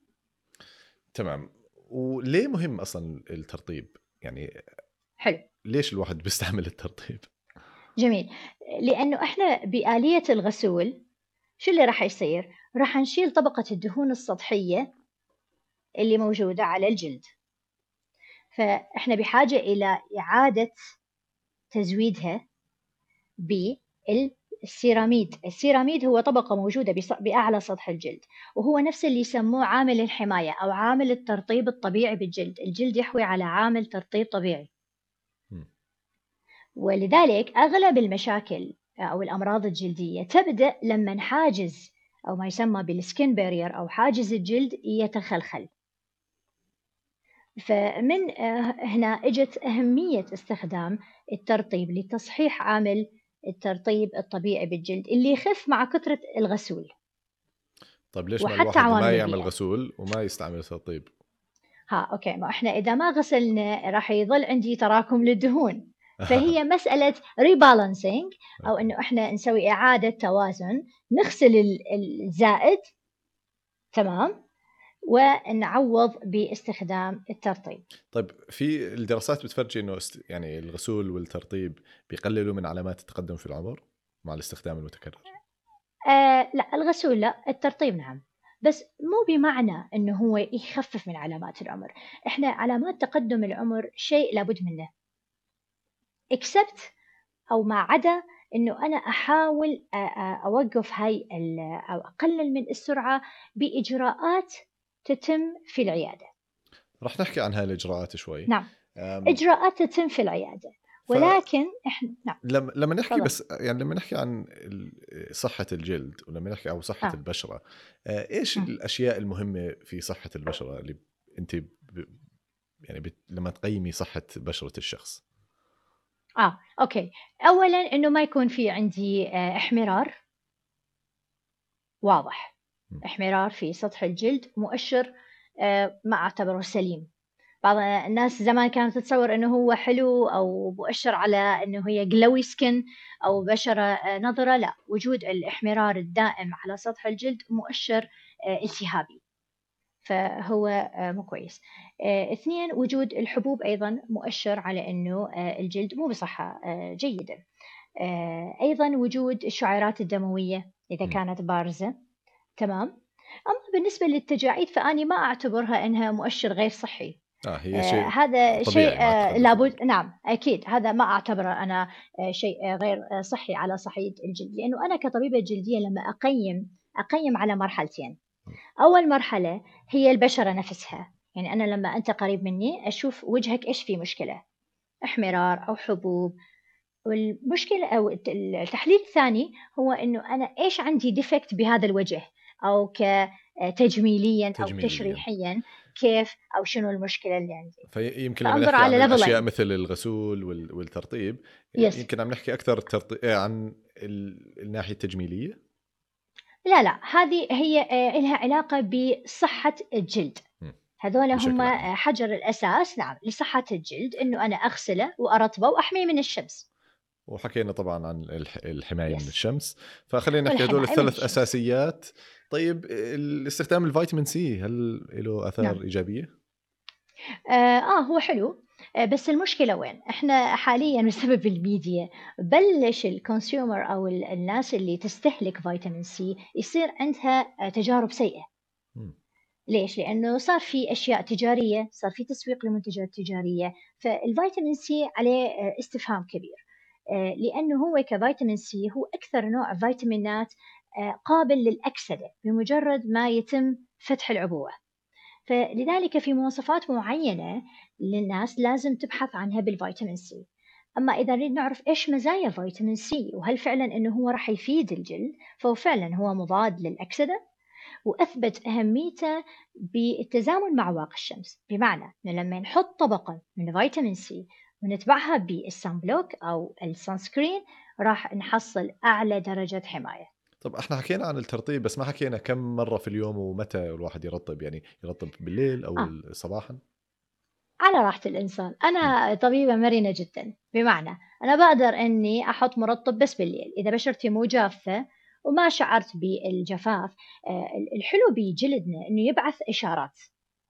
تمام. وليه مهم اصلا الترطيب يعني؟ حلو. ليش الواحد بيستعمل الترطيب؟ جميل. لأنه إحنا بآلية الغسول شو اللي راح يصير؟ راح نشيل طبقة الدهون السطحية اللي موجودة على الجلد، فإحنا بحاجة إلى إعادة تزويدها بالسيراميد. السيراميد هو طبقة موجودة بأعلى سطح الجلد، وهو نفس اللي يسموه عامل الحماية أو عامل الترطيب الطبيعي بالجلد. الجلد يحوي على عامل ترطيب طبيعي، ولذلك أغلب المشاكل أو الأمراض الجلدية تبدأ لما حاجز أو ما يسمى بالسكين بارير أو حاجز الجلد يتخلخل. فمن هنا اجت أهمية استخدام الترطيب لتصحيح عامل الترطيب الطبيعي بالجلد اللي يخف مع كثرة الغسول طيب ليش ما وحتى الواحد عوامل ما يعمل البيئة. غسول وما يستعمل ترطيب؟ أوكي، ما إحنا إذا ما غسلنا راح يظل عندي تراكم للدهون، فهي مسألة rebalancing أو أوكي. إنه إحنا نسوي إعادة توازن، نغسل الزائد، تمام، ونعوض باستخدام الترطيب. طيب في الدراسات بتفرجي انه يعني الغسول والترطيب بيقللوا من علامات التقدم في العمر مع الاستخدام المتكرر؟ لا، الغسول لا، الترطيب نعم، بس مو بمعنى إنه هو يخفف من علامات العمر. إحنا علامات تقدم العمر شيء لابد منه except أو ما عدا إنه أنا أحاول أوقف هاي أو أقلل من السرعة بإجراءات تتم في العيادة. رح نحكي عن هاي الإجراءات شوي. نعم، إجراءات تتم في العيادة، ولكن إحنا نعم. لما نحكي تفضل. بس يعني لما نحكي عن صحة الجلد ولما نحكي عن صحة آه. البشرة، إيش مم. الأشياء المهمة في صحة البشرة اللي أنت يعني لما تقيمي صحة بشرة الشخص؟ أوكي، أولا إنه ما يكون في عندي احمرار واضح. م. احمرار في سطح الجلد مؤشر ما أعتبره سليم. بعض الناس زمان كانت تتصور إنه هو حلو أو مؤشر على إنه هي glowy skin أو بشرة نضرة. لا، وجود الإحمرار الدائم على سطح الجلد مؤشر التهابي، فهو مو كويس. اثنين، وجود الحبوب أيضا مؤشر على إنه الجلد مو بصحة جيدة. أيضا وجود الشعيرات الدموية إذا م. كانت بارزة، تمام. أما بالنسبة للتجاعيد فأني ما أعتبرها إنها مؤشر غير صحي. هي شيء هذا شيء طبيعي مع التقدم في العمر. لابد، نعم أكيد، هذا ما أعتبره أنا شيء غير صحي على صعيد الجلد، لأنه أنا كطبيبة جلدية لما أقيم على مرحلتين. م. أول مرحلة هي البشرة نفسها، يعني أنا لما أنت قريب مني أشوف وجهك إيش فيه مشكلة، احمرار أو حبوب. والمشكلة أو التحليل الثاني هو إنه أنا إيش عندي ديفكت بهذا الوجه، أو كتجميليا أو تجميليا. تشريحيا كيف، أو شنو المشكلة اللي عندي. فيمكن لما فأنظر نحكي عن على الاشياء ليفلين. مثل الغسول والترطيب، يس. يمكن عم نحكي اكثر عن الناحيه التجميليه. لا، هذه هي لها علاقة بصحة الجلد. م. هذول هم بشكل عام. حجر الأساس، نعم، لصحة الجلد، إنه أنا أغسله وأرطبه وأحميه من الشمس. وحكينا طبعا عن الحمايه من يس. الشمس، فخلينا نحكي هدول والحماية من الثلاث الشمس. اساسيات. طيب استخدام الفيتامين سي هل له اثار نعم. ايجابيه؟ هو حلو. بس المشكلة وين؟ إحنا حاليًا بسبب الميديا بلش الكونسيومر أو الناس اللي تستهلك فيتامين سي يصير عندها تجارب سيئة. م. ليش؟ لأنه صار في أشياء تجارية، صار في تسويق لمنتجات تجارية، فالفيتامين سي عليه استفهام كبير. لأنه هو كفيتامين سي هو أكثر نوع فيتامينات قابل للأكسدة بمجرد ما يتم فتح العبوة. فلذلك في مواصفات معينة للناس لازم تبحث عنها بالفيتامين سي. أما إذا نريد نعرف إيش مزايا فيتامين سي وهل فعلا إنه هو راح يفيد الجلد، فهو فعلا هو مضاد للأكسدة، وأثبت أهميته بالتزامن مع واقي الشمس. بمعنى إنه لما نحط طبقة من فيتامين سي ونتبعها بالسان بلوك أو السانسكرين راح نحصل أعلى درجة حماية. طب احنا حكينا عن الترطيب بس ما حكينا كم مره في اليوم ومتى الواحد يرطب، يعني يرطب بالليل او آه صباحا؟ على راحة الإنسان. م. أنا طبيبة مرنة جدا، بمعنى أنا بقدر إني أحط مرطب بس بالليل إذا بشرتي مو جافة وما شعرت بالجفاف. الحلو بجلدنا إنه يبعث إشارات.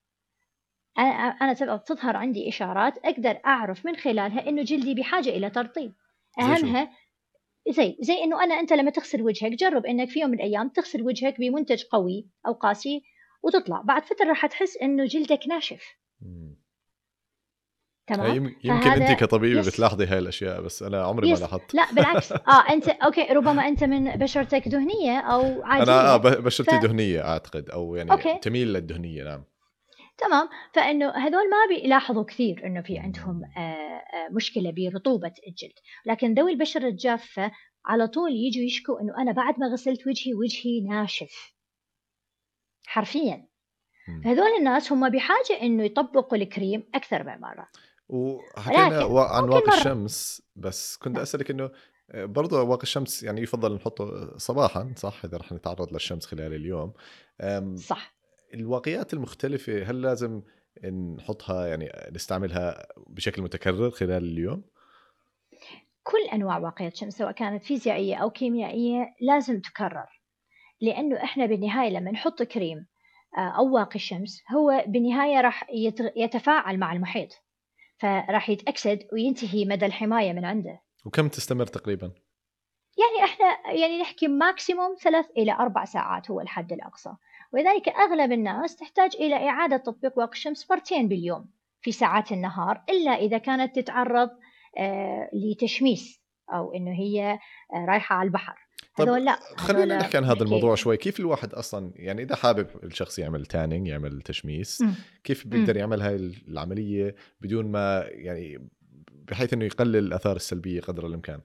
أنا تظهر عندي إشارات أقدر أعرف من خلالها إنه جلدي بحاجة إلى ترطيب. زي شو؟ أهمها زي إنه أنت لما تغسل وجهك جرب إنك في يوم من الأيام تغسل وجهك بمنتج قوي أو قاسي، وتطلع بعد فترة راح تحس إنه جلدك ناشف. م. هي تمام. يمكن انت فهذا كطبيبه يس. بتلاحظي هاي الاشياء بس انا عمري ما يس، لاحظت. لا بالعكس. أنت أوكي، ربما أنت من بشرتك دهنية أو انا عادية. بشرتي دهنيه اعتقد، او يعني أوكي، تميل للدهنيه، نعم. تمام. فإنه هذول ما بيلاحظوا كثير إنه في عندهم م. مشكلة برطوبة الجلد، لكن ذوي البشرة الجافة على طول يجوا يشكوا إنه أنا بعد ما غسلت وجهي ناشف حرفيا. هذول الناس هم بحاجة إنه يطبقوا الكريم أكثر من مرة. وحكينا ولكن عن ممكن واقي مرة. الشمس، بس كنت نعم أسألك إنه برضه واقي الشمس يعني يفضل نحطه صباحا صح إذا رح نتعرض للشمس خلال اليوم. أم، صح. الواقيات المختلفة هل لازم نحطها يعني نستعملها بشكل متكرر خلال اليوم؟ كل أنواع واقية شمس سواء كانت فيزيائية أو كيميائية لازم تكرر، لأنه إحنا بالنهاية لما نحط كريم أو واقي شمس هو بالنهاية راح يتفاعل مع المحيط، فراح يتأكسد وينتهي مدى الحماية من عنده. وكم تستمر تقريبا؟ يعني إحنا يعني نحكي ماكسيموم 3 إلى 4 ساعات هو الحد الأقصى، ولذلك أغلب الناس تحتاج إلى إعادة تطبيق واقي الشمس مرتين باليوم في ساعات النهار، إلا إذا كانت تتعرض لتشميس أو إنه هي رايحة على البحر. طب هذول لأ، خلينا هذول نحكي عن هذا الموضوع نحكي. شوي. كيف الواحد أصلا يعني إذا حابب الشخص يعمل تانينج يعمل تشميس، إمم، كيف بيقدر إمم. يعمل هاي العملية بدون ما يعني بحيث إنه يقلل الآثار السلبية قدر الإمكان؟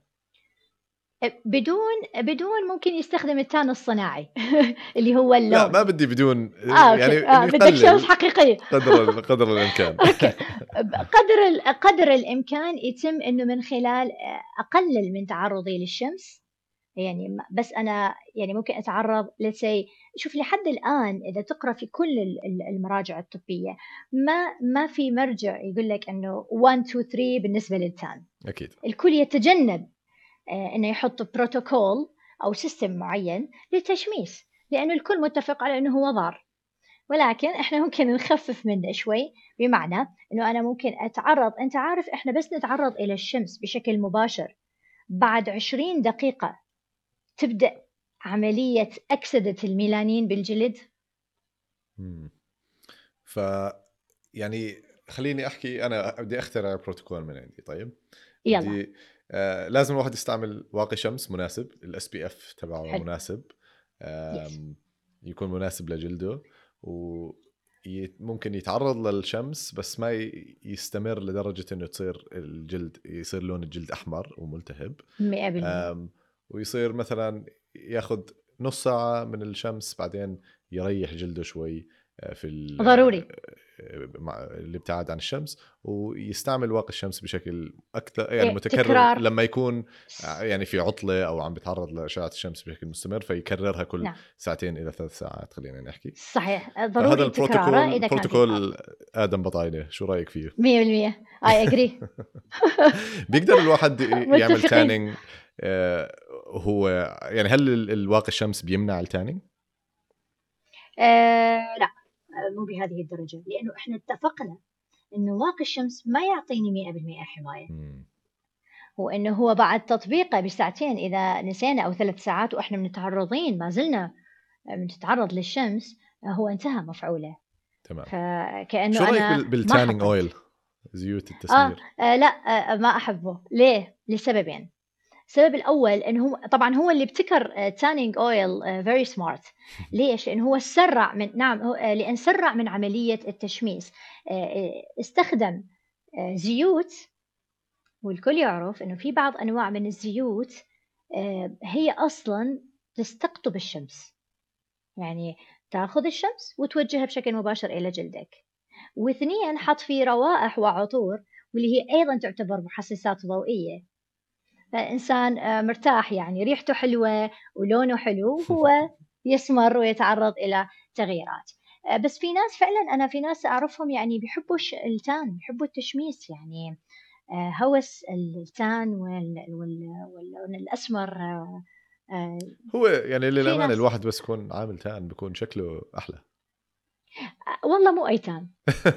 بدون ممكن يستخدم التان الصناعي اللي هو لا ما اللون. بدي بدون، أوكي، يعني إنه بدك شمس يقلل حقيقية. قدر الإمكان. أوكي. قدر الإمكان يتم إنه من خلال أقلل من تعرُّضي للشمس، يعني بس أنا يعني ممكن أتعرّض let's say. شوف لحد الآن إذا تقرا في كل المراجع الطبية ما في مرجع يقول لك إنه 1، 2، 3 بالنسبة للتان. أكيد. الكل يتجنب إنه يحط بروتوكول أو سيستم معين للتشميس، لأنه الكل متفق على إنه هو ضار. ولكن إحنا ممكن نخفف منه شوي، بمعنى إنه أنا ممكن أتعرض، أنت عارف إحنا بس نتعرض إلى الشمس بشكل مباشر بعد 20 دقيقة تبدأ عملية أكسدة الميلانين بالجلد. مم. ف يعني خليني أحكي، أنا بدي أخترع بروتوكول من عندي. طيب يلا. بدي لازم الواحد يستعمل واقي شمس مناسب، الاس بي اف تبعه حلو. مناسب، يس. يكون مناسب لجلده، وممكن يتعرض للشمس بس ما يستمر لدرجة انه تصير الجلد يصير لون الجلد احمر وملتهب. 100%. ويصير مثلا ياخذ نص ساعة من الشمس بعدين يريح جلده شوي في ضروري. مع الابتعاد عن الشمس، ويستعمل واقي الشمس بشكل اكثر يعني إيه، متكرر تكرار. لما يكون يعني في عطلة او عم بيتعرض لاشعة الشمس بشكل مستمر، فيكررها كل نعم. 2 إلى 3 ساعات خلينا نحكي. صحيح، فهذا ضروري تكراره البروتوكول إذا كان في حال. بروتوكول آدم بطاينة، شو رأيك فيه؟ 100%. I agree. بيقدر الواحد يعمل متفقين. تانينج هو يعني هل الواقي الشمس بيمنع التانينج؟ لأ، مو بهذه الدرجة، لأنه إحنا اتفقنا إنه واقي الشمس ما يعطيني 100% حماية، مم. وإنه هو بعد تطبيقه بساعتين إذا نسينا أو 3 ساعات وإحنا متعرضين ما زلنا بنتعرض للشمس، هو انتهى مفعوله، تمام. شو فكأنه رأيك أنا ما بالتانينج حطيت. اويل، زيوت التسمير؟ لأ، ما أحبه. ليه؟ لسببين. السبب الأول إنه هو طبعًا هو اللي ابتكر tanning oil very smart. ليش؟ لأنه هو سرّع من نعم هو لأن سرّع من عملية التشميس. استخدم زيوت، والكل يعرف إنه في بعض أنواع من الزيوت هي أصلًا تستقطب الشمس، يعني تاخذ الشمس وتوجهها بشكل مباشر إلى جلدك. و2 حط فيه روائح وعطور واللي هي أيضًا تعتبر محسسات ضوئية، فإنسان مرتاح يعني ريحته حلوة ولونه حلو وهو يسمر ويتعرض إلى تغييرات. بس في ناس فعلًا، أنا في ناس أعرفهم يعني بيحبوا التان، بيحبوا التشميس يعني هوس التان واللون الأسمر. هو يعني في للأمانة ناس الواحد بس يكون عامل تان بيكون شكله أحلى. والله مو أي تان.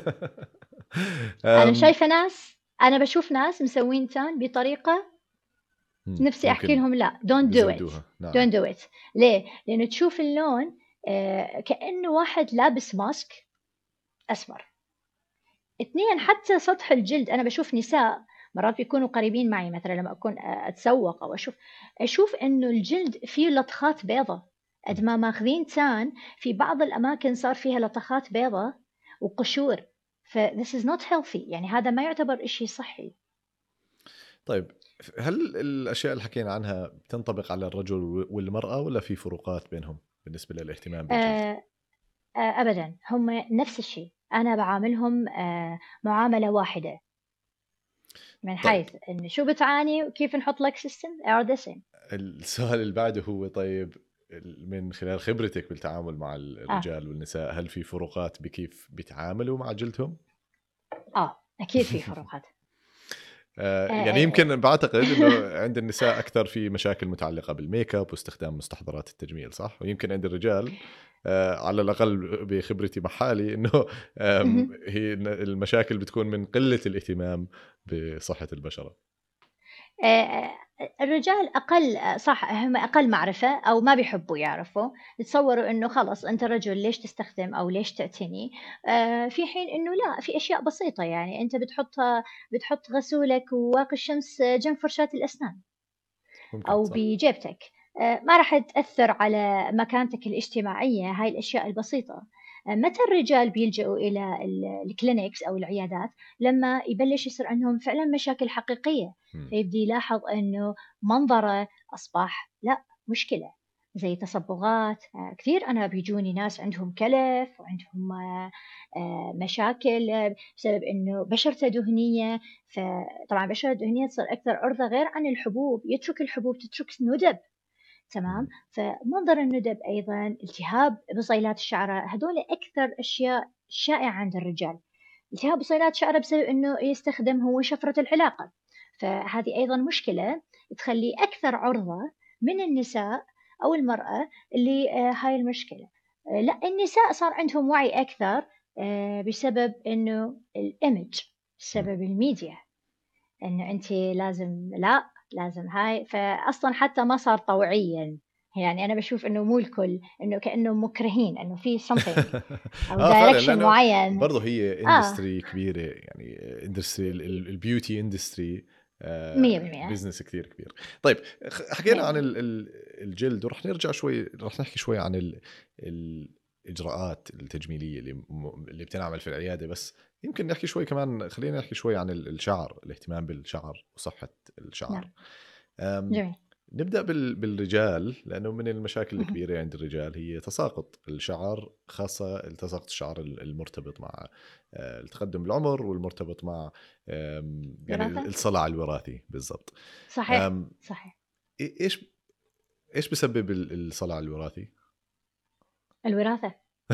أم، أنا باشوف ناس مسوين تان بطريقة نفسي أحكي ممكن لهم لأ don't do it. بزودوها. نعم. don't do it. ليه؟ لأنه تشوف اللون كأنه واحد لابس ماسك أسمر. 2 حتى سطح الجلد، أنا باشوف نساء مرات بيكونوا قريبين معي مثلًا لمّا أكون أتسوق أو أشوف إنه الجلد فيه لطخات بيضا، قد ما ماخذين تان في بعض الأماكن صار فيها لطخات بيضا وقشور، this is not healthy، يعني هذا ما يعتبر إشي صحي. طيب هل الأشياء اللي حكينا عنها بتنطبق على الرجل والمرأة ولا في فروقات بينهم بالنسبة للاهتمام بالجلد؟ آآ أبدا، هم نفس الشيء، أنا بعاملهم معاملة واحدة، من طيب حيث إن شو بتعاني وكيف نحط لك سيستم are the same. السؤال اللي بعده هو طيب، من خلال خبرتك بالتعامل مع آه الرجال والنساء، هل في فروقات بكيف بيتعاملوا مع جلدهم؟ أكيد في فروقات. يعني آه يمكن بعتقد انه عند النساء اكثر في مشاكل متعلقه بالميك اب واستخدام مستحضرات التجميل، صح؟ ويمكن عند الرجال على الاقل بخبرتي مع حالي انه مهم. هي المشاكل بتكون من قله الاهتمام بصحه البشره. آآ الرجال أقل صح هم أقل معرفة أو ما بيحبّوا يعرفوا، يتصوّروا إنه خلص أنت رجل ليش تستخدم أو ليش تعتني، في حين إنه لأ، في أشياء بسيطة يعني أنت بتحُط غسولك وواقي الشمس جنب فرشاة الأسنان ممكن أو صح. بجيبتك، ما راح تأثّر على مكانتك الاجتماعية، هاي الأشياء البسيطة. متى الرجال بيلجؤوا إلى الclinics أو العيادات؟ لمّا يبلّش يصير عندهم فعلًا مشاكل حقيقية، مم. فيبدي يلاحظ إنه منظره أصبح لأ مشكلة، زي تصبغات، كثير أنا بيجوني ناس عندهم كلف وعندهم مشاكل بسبب إنه بشرته دهنية، فطبعًا البشرة الدهنية تصير أكثر عرضة غير عن الحبوب، يترك الحبوب تترك ندب، تمام؟ مم. فمنظر الندب أيضًا، التهاب بصيلات الشعرة، هذول أكثر أشياء شائعة عند الرجال. التهاب بصيلات شعره بسبب إنه يستخدم هو شفرة العلاقة، فهذه أيضًا مشكلة تخلّيه أكثر عرضة من النساء أو المرأة هاي المشكلة. لأ النساء صار عندهم وعي أكثر بسبب إنه الimage، مم. بسبب الميديا، إنه أنتِ لازم لأ، لازم هاي، فأصلًا حتى ما صار طوعيًا، يعني أنا باشوف إنه مو الكل، إنه كإنه مكرهين إنه في something أو اه فعلا، direction لانه معين. برضه هي آه، اندستري كبيره، يعني اندستري البيوتي اندستري، 100%. بزنس كثير كبير. طيب حكينا عن 100%. الجلد، ورح نرجع شوي، رح نحكي شوي عن الاجراءات التجميليه اللي بتنعمل في العياده، بس يمكن نحكي شوي كمان، خلينا نحكي شوي عن الشعر، الاهتمام بالشعر وصحه الشعر. نعم، أم، جميل. نبدأ بالرجال، لأنه من المشاكل اهم. الكبيرة عند الرجال هي تساقط الشعر، خاصة تساقط الشعر المرتبط مع التقدم بالعمر، والمرتبط مع يعني وراثة؟ الصلع الوراثي بالضبط. صحيح، أم، صحيح. ايش ايش بسبب الصلع الوراثي؟ الوراثة.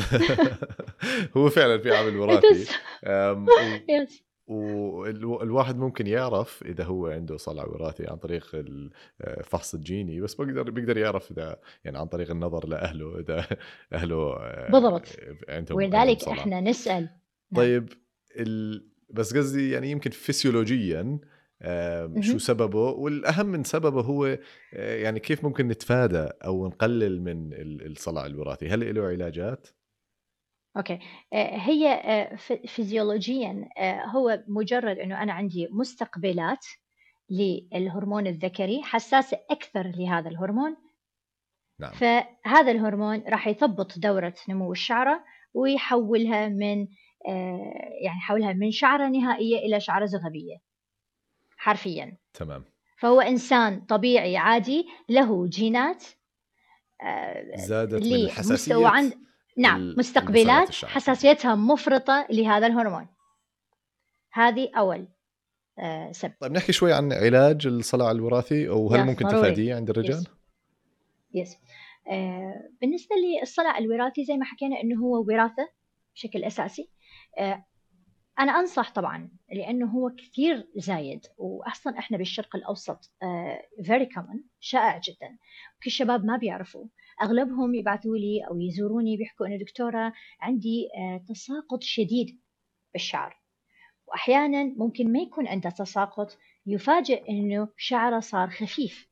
هو فعلا في عامل It وراثي. is. Yes. والواحد ممكن يعرف اذا هو عنده صلع وراثي عن طريق الفحص الجيني، بس بيقدر يعرف اذا يعني عن طريق النظر لاهله، اذا اهله بالضبط، عندهم ولذلك صلع. إحنا نسأل. نعم. طيب بس قصدي يعني يمكن فسيولوجيا شو اهم. سببه، والاهم من سببه هو يعني كيف ممكن نتفادى او نقلل من الصلع الوراثي؟ هل له علاجات؟ أوكي. هي فيزيولوجيًا هو مجرد إنه أنا عندي مستقبلات للهرمون الذكري حساسة أكثر لهذا الهرمون، نعم. فهذا الهرمون راح يثبط دورة نمو الشعرة ويحولها من يعني يحولها من شعرة نهائية إلى شعرة زغبية حرفيًا. تمام. فهو إنسان طبيعي عادي له جينات زادت من لمستوى حساسية عند نعم البصيلات مستقبلات الشعر. حساسيتها مفرطة لهذا الهرمون. هذه أول سبب. طيب نحكي شوي عن علاج الصلع الوراثي، أو هل يس ممكن ضروري. تفاديه عند الرجال؟ يس. يس. بالنسبة للصلع الوراثي زي ما حكينا إنه هو وراثة بشكل أساسي. آه، أنا أنصح طبعًا لأنه هو كثير زايد، وأصلًا إحنا بالشرق الأوسط very common شائع جدًا، وكل الشباب ما بيعرفوا، أغلبهم يبعثوا لي أو يزوروني بيحكوا إنه دكتورة عندي تساقط شديد بالشعر، وأحيانًا ممكن ما يكون عنده تساقط، يُفاجأ إنه شعره صار خفيف،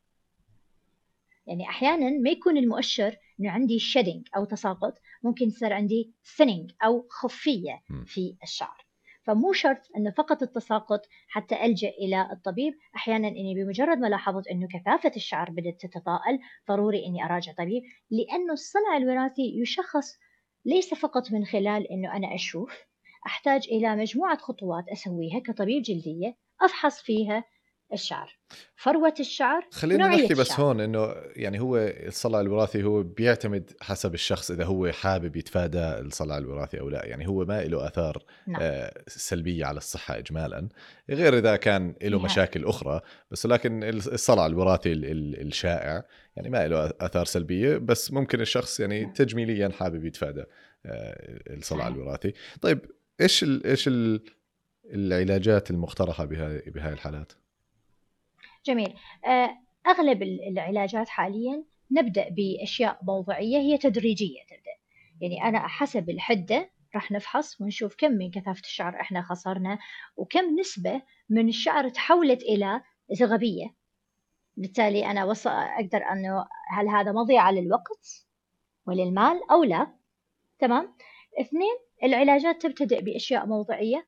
يعني أحيانًا ما يكون المؤشر إنه عندي shedding أو تساقط، ممكن يصير عندي thinning أو خُفيّة مم. في الشعر، فمو شرط إنه فقط التساقط حتى ألجأ إلى الطبيب، أحيانًا إني بمجرد ما لاحظت إنه كثافة الشعر بدأت تتضاءل، ضروري إني أراجع طبيب، لأنه الصلع الوراثي يشخص ليس فقط من خلال إنه أنا أشوف، أحتاج إلى مجموعة خطوات أسويها كطبيب جلدية، أفحص فيها الشعر، فروة الشعر خلينا ونوعية نحكي بس الشعر. هون انه يعني هو الصلع الوراثي هو بيعتمد حسب الشخص اذا هو حابب يتفادى الصلع الوراثي او لا، يعني هو ما له اثار نعم سلبيه على الصحه اجمالا، غير اذا كان له نهائي. مشاكل اخرى. بس لكن الصلع الوراثي الشائع يعني ما له اثار سلبيه، بس ممكن الشخص يعني نعم تجميليا حابب يتفادى الصلع صحيح. الوراثي. طيب ايش العلاجات المقترحه بهاي الحالات؟ جميل. أغلب العلاجات حاليا نبدأ بأشياء موضعية، هي تدريجية تبدأ. يعني أنا حسب الحدة راح نفحص ونشوف كم من كثافة الشعر إحنا خسرنا، وكم نسبة من الشعر تحولت إلى زغبية. بالتالي أنا أقدر أنه هل هذا مضيعة للوقت وللمال أو لا. تمام. اثنين، العلاجات تبتدئ بأشياء موضعية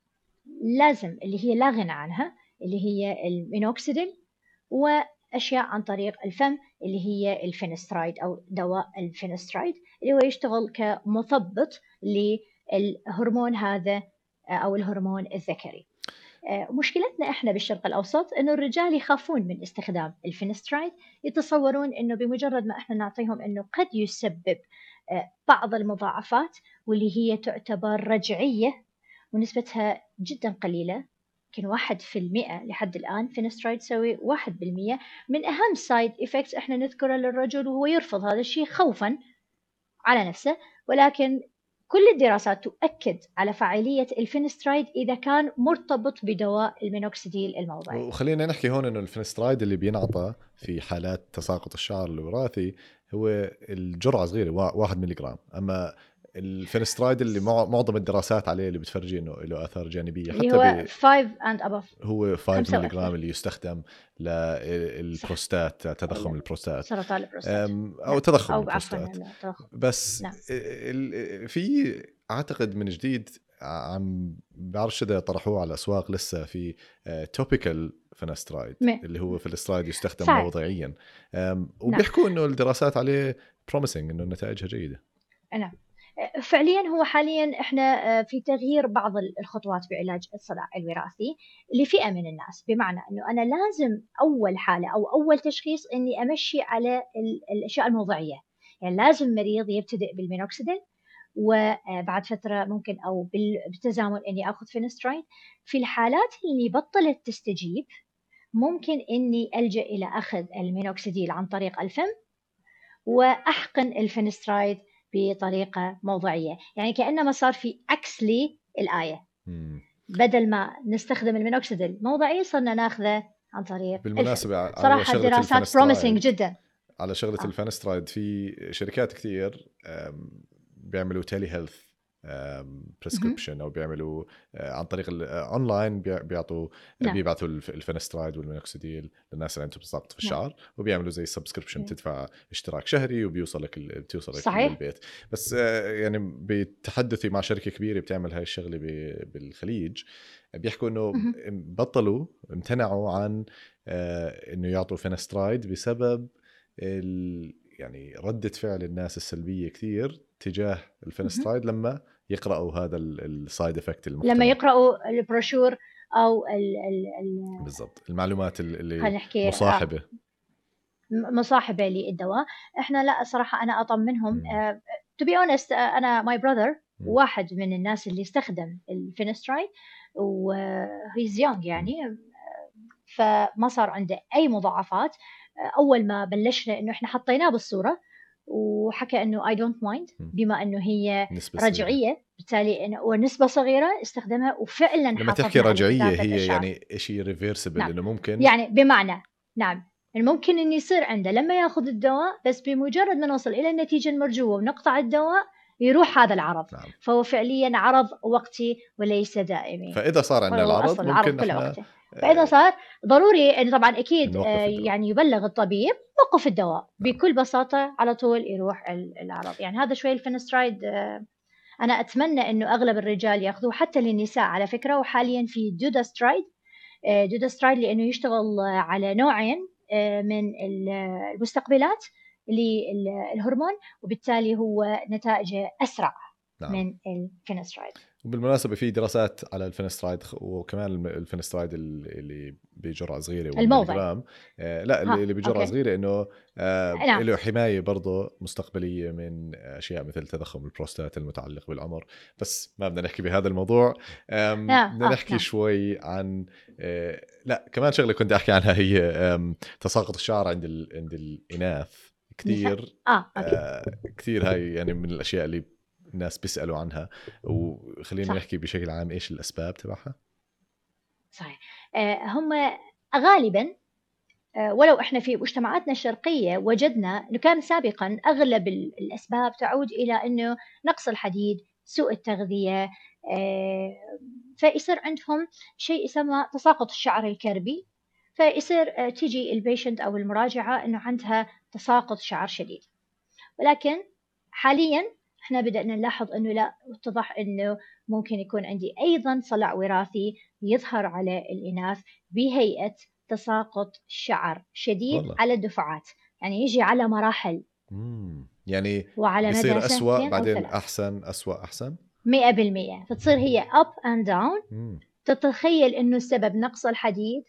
لازم اللي هي لا غنى عنها، اللي هي المينوكسيديل، وأشياء عن طريق الفم اللي هي الفينسترايد أو دواء الفينسترايد اللي هو يشتغل كمثبط للهرمون هذا أو الهرمون الذكري. مشكلتنا إحنا بالشرق الأوسط إنه الرجال يخافون من استخدام الفينسترايد، يتصورون إنه بمجرد ما إحنا نعطيهم إنه قد يسبب بعض المضاعفات واللي هي تعتبر رجعية ونسبتها جدا قليلة، يمكن 1% لحد الآن. فينسترايد تسوي 1% من أهم سايد إفكتس إحنا نذكره للرجل، وهو يرفض هذا الشيء خوفا على نفسه. ولكن كل الدراسات تؤكد على فاعلية الفينسترايد إذا كان مرتبط بدواء المينوكسيديل الموضعي. وخلينا نحكي هون انه الفينسترايد اللي بينعطى في حالات تساقط الشعر الوراثي هو الجرعه صغيره 1 ملغ، اما الفينسترايد اللي معظم الدراسات عليه اللي بتفرجي انه له اثار جانبيه اللي حتى هو 5 and above، هو 5 5 ملغ وأكثر. اللي يستخدم صح. للبروستات، تضخم البروستات سرطان البروستات. او نعم. تضخم أو عفوا البروستات. التضخم. بس نعم. في اعتقد من جديد عم بعرفش اذا طرحوه على الاسواق لسه، في توبيكال فينسترايد اللي هو فينسترايد يستخدم صحيح. موضعيا، نعم. وبيحكوا انه الدراسات عليه بروميسنج، انه نتائجها جيده. نعم. فعليا هو حاليا احنا في تغيير بعض الخطوات بعلاج الصلع الوراثي لفئة من الناس، بمعنى انه انا لازم اول حالة او اول تشخيص اني امشي على الاشياء الموضعية. يعني لازم مريض يبتدئ بالمينوكسيديل، وبعد فترة ممكن او بالتزامن اني اخذ فينسترايد. في الحالات اللي بطلت تستجيب ممكن اني الجا الى اخذ المينوكسيديل عن طريق الفم، واحقن الفينسترايد بطريقه موضعيه. يعني كانما صار في عكس للايه، بدل ما نستخدم المينوكسيديل موضعي صرنا ناخذه عن طريق الفم. بالمناسبه على صراحه شغله الدراسات بروميسنج الفينسترايد، جدا. على شغله الفينسترايد في شركات كثير بيعملوا تيلي هيلث بريسكريبشن، او بيعملوا عن طريق الاونلاين بيعطوا نعم. بيبعثوا الفينسترايد والمينوكسيديل للناس اللي عندهم تساقط في الشعر، وبيعملوا زي سبسكريبشن، تدفع اشتراك شهري وبيوصلك بتوصلك صحيح. للبيت. بس يعني بتحدثي مع شركه كبيره بتعمل هاي الشغله بالخليج، بيحكوا انه بطلوا، امتنعوا عن انه يعطوا فينسترايد بسبب يعني ردة فعل الناس السلبية كثير تجاه الفينسترايد لما يقرأوا هذا السايد افكت المحتمل، لما يقرأوا البروشور أو بالضبط المعلومات اللي خلينا نحكي مصاحبة مصاحبة للدواء. احنا لا صراحة أنا أطمنهم. to be honest أنا my brother واحد من الناس اللي استخدم الفينسترايد وهيز يونغ يعني، فما صار عنده أي مضاعفات. أول ما بلشنا إنه إحنا حطيناه بالصورة وحكى إنه I don't mind، بما إنه هي رجعية، بالتالي إنه ونسبة صغيرة استخدمها وفعلا لما تحكي حافظنا على رجعية كثافة هي الشعر. يعني شيء ريفيرسبل، نعم. إنه ممكن يعني بمعنى نعم ممكن إن يصير عنده لما يأخذ الدواء، بس بمجرد ما نوصل إلى النتيجة المرجوة ونقطع الدواء يروح هذا العرض. نعم. فهو فعليا عرض وقتي وليس دائمي. فإذا صار عندنا العرض ممكن كله احنا وقته. فإذا صار ضروري إنه طبعا أكيد يعني يبلغ الطبيب وقف الدواء. بكل بساطة على طول يروح العرض. يعني هذا شوي الفينسترايد أنا أتمنى إنه أغلب الرجال يأخذوه، حتى للنساء على فكرة. وحاليا في دوداسترايد، دوداسترايد لأنه يشتغل على نوعين من المستقبلات للهرمون، وبالتالي هو نتائجه أسرع من الفينسترايد. وبالمناسبة في دراسات على الفينسترايد وكمان الفينسترايد اللي بجرعة صغيرة الموضعي. والمليغرام. لا اللي بجرعة أوكي. صغيرة إنه نعم له حماية برضه مستقبلية من أشياء مثل تضخم البروستات المتعلق بالعمر. بس ما بدنا نحكي بهذا الموضوع. بدنا نحكي نعم شوي عن لا كمان شغلة كنت أحكي عنها هي تساقط الشعر عند الإناث نساء. كتير. أوكي. كتير هاي يعني من الأشياء اللي الناس بيسألوا عنها، وخلينا صح نحكي بشكل عام إيش الأسباب تبعها. صحيح. هم غالبا، ولو احنا في مجتمعاتنا الشرقية وجدنا انه كان سابقا اغلب الاسباب تعود الى انه نقص الحديد، سوء التغذية، فيصير عندهم شيء يسمى تساقط الشعر الكربي. فيصير تيجي البيشنت او المراجعة انه عندها تساقط شعر شديد. ولكن حاليا احنا بدأنا نلاحظ انه لا، اتضح انه ممكن يكون عندي ايضا صلع وراثي يظهر على الاناث بهيئة تساقط شعر شديد والله. على الدفعات، يعني يجي على مراحل يعني وعلى مدى بيصير أسوأ سنتين أو بعدين ثلاث. أحسن، أسوأ أحسن. 100%. فتصير هي up and down. مم. تتخيل إنه السبب نقص الحديد،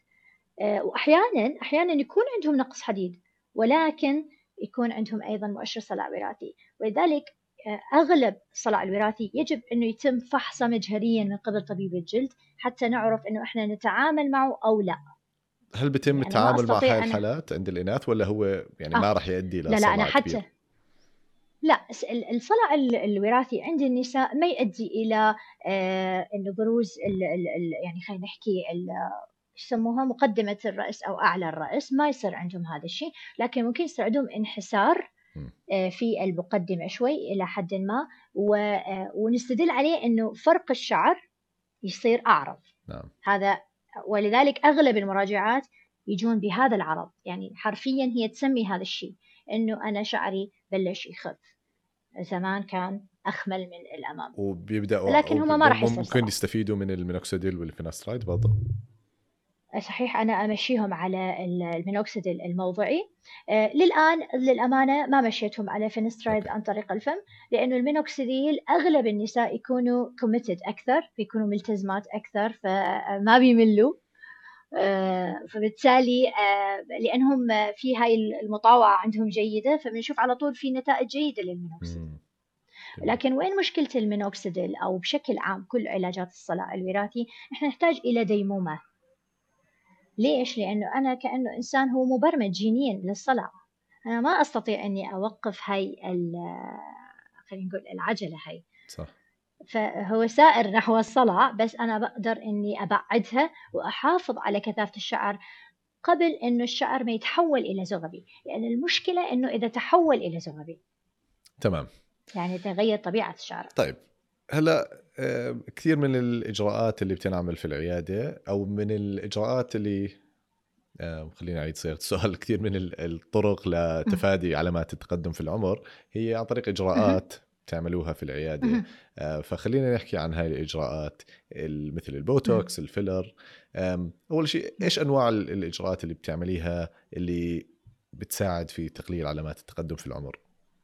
وأحيانا يكون عندهم نقص حديد ولكن يكون عندهم أيضا مؤشر صلع وراثي. ولذلك أغلب الصلع الوراثي يجب أنه يتم فحصه مجهريا من قبل طبيب الجلد حتى نعرف أنه إحنا نتعامل معه أو لا. هل بيتم يعني أنا ما التعامل مع هاي أستطيع أنا الحالات عند الإناث ولا هو يعني ما راح يؤدي لا أنا لصلع حتى كبير؟ لا، الصلع الوراثي عند النساء ما يؤدي إلى إنه بروز يعني خلينا نحكي يسموها مقدمة الرأس أو أعلى الرأس، ما يصير عندهم هذا الشيء، لكن ممكن يصير عندهم انحسار في المقدمة شوي إلى حد ما، ونستدل عليه إنه فرق الشعر يصير أعرض. نعم. هذا ولذلك أغلب المراجعات يجون بهذا العرض، يعني حرفيا هي تسمي هذا الشيء إنه أنا شعري بلش يخف، زمان كان أخمل من الأمام. وبيبدأوا لكن هم ما راح يصير ممكن صلاح. يستفيدوا من المينوكسيديل والفينسترايد برضه. صحيح أنا أمشيهم على المينوكسيديل الموضعي. للآن للأمانة ما مشيتهم على فينسترايد عن طريق الفم، لأنه المينوكسيديل أغلب النساء يكونوا committed أكثر، بيكونوا ملتزمات أكثر فما بيملوا. فبالتالي لأنهم في هاي المطاوعة عندهم جيدة، فبنشوف على طول في نتائج جيدة للمينوكسيديل. لكن وين مشكلة المينوكسيديل أو بشكل عام كل علاجات الصلع الوراثي؟ إحنا نحتاج إلى ديمومة. ليش؟ لأنه أنا كأنه إنسان هو مبرمج جينيا للصلع، أنا ما أستطيع أني أوقف هاي خلينا نقول العجلة هاي. صح. فهو سائر نحو الصلع، بس أنا بقدر أني أبعدها وأحافظ على كثافة الشعر قبل أنه الشعر ما يتحول إلى زغبي، لأن المشكلة أنه إذا تحول إلى زغبي تمام يعني تغير طبيعة الشعر. طيب هلا كثير من الإجراءات اللي بتنعمل في العيادة أو من الإجراءات اللي خلينا نعيد صياغة السؤال، كثير من الطرق لتفادي علامات التقدم في العمر هي عن طريق إجراءات تعملوها في العيادة. فخلينا نحكي عن هاي الإجراءات مثل البوتوكس، الفيلر. أول شيء إيش أنواع الإجراءات اللي بتعمليها اللي بتساعد في تقليل علامات التقدم في العمر؟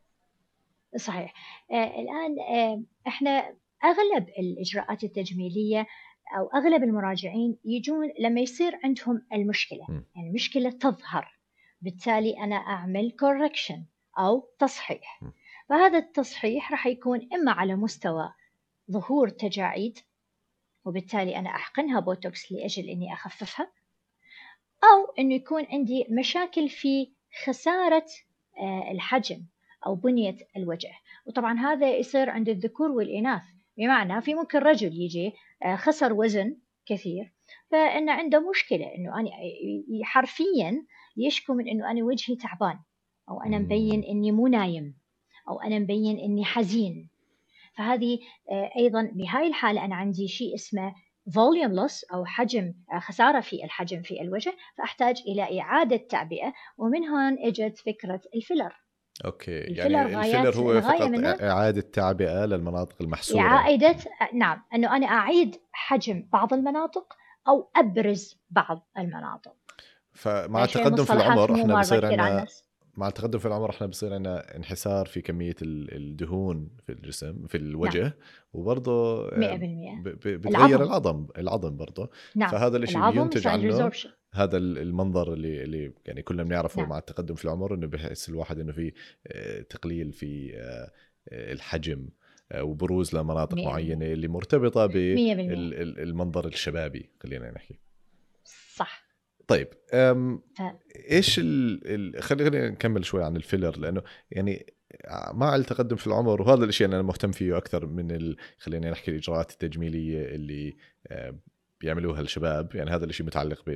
صحيح. الآن إحنا أغلب الإجراءات التجميلية أو أغلب المراجعين يجون لما يصير عندهم المشكلة، يعني المشكلة تظهر، بالتالي أنا أعمل correction أو تصحيح. فهذا التصحيح راح يكون إما على مستوى ظهور تجاعيد وبالتالي أنا أحقنها بوتوكس لأجل أني أخففها، أو أنه يكون عندي مشاكل في خسارة الحجم أو بنية الوجه. وطبعا هذا يصير عند الذكور والإناث، بمعنى في ممكن رجل يجي خسر وزن كثير فإنه عنده مشكلة إنه أنا حرفيا يشكو من إنه أنا وجهي تعبان، أو أنا مبين إني مو نايم، أو أنا مبين إني حزين. فهذه أيضا بهاي الحالة أنا عندي شيء اسمه volume loss أو حجم خسارة في الحجم في الوجه، فأحتاج إلى إعادة تعبئة. ومن هون إجت فكرة الفيلر. أوكي، الفيلر يعني الفيلر هو الغاية فقط منه إعادة تعبئة للمناطق المحسورة. إعادة، نعم، أنه أنا أعيد حجم بعض المناطق أو أبرز بعض المناطق. فمع عشان التقدم في المصطلحات العمر مو احنا مرة بصير كثير على عنا الناس. مع التقدم في العمر احنا بصير عندنا انحسار في كمية الدهون في الجسم في الوجه، نعم، وبرضه 100%. بتغير العظم، العظم برضه. نعم، فهذا الاشي العظم بينتج يصير عنده عنه resorption. هذا المنظر اللي يعني كلنا بنعرفه نعم، مع التقدم في العمر، انه بحس الواحد انه في تقليل في الحجم، وبروز لمناطق 100%. معينة اللي مرتبطة 100%. بالمنظر الشبابي خلينا نحكي. صح. طيب ف ايش خلينا نكمل شوي عن الفيلر، لانه يعني مع التقدم في العمر وهذا الشيء انا مهتم فيه اكثر من خلينا نحكي الاجراءات التجميليه اللي بيعملوها الشباب. يعني هذا الشيء متعلق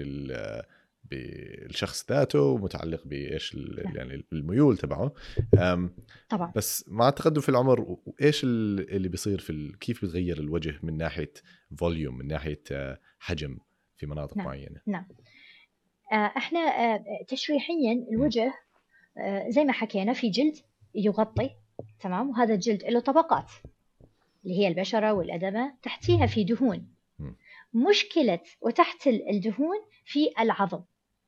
بالشخص ذاته، ومتعلق بايش نعم، يعني الميول تبعه. أم، طبعًا. بس مع التقدم في العمر ايش اللي بيصير كيف بتغير الوجه من ناحيه فوليوم، من ناحيه حجم في مناطق نعم، معينه؟ نعم. إحنا تشريحيًا م- الوجه زي ما حكينا في جلد يغطي، تمام، وهذا الجلد له طبقات اللي هي البشرة والأدمة، تحتيها في دهون. م- مشكلة وتحت الدهون في العظم،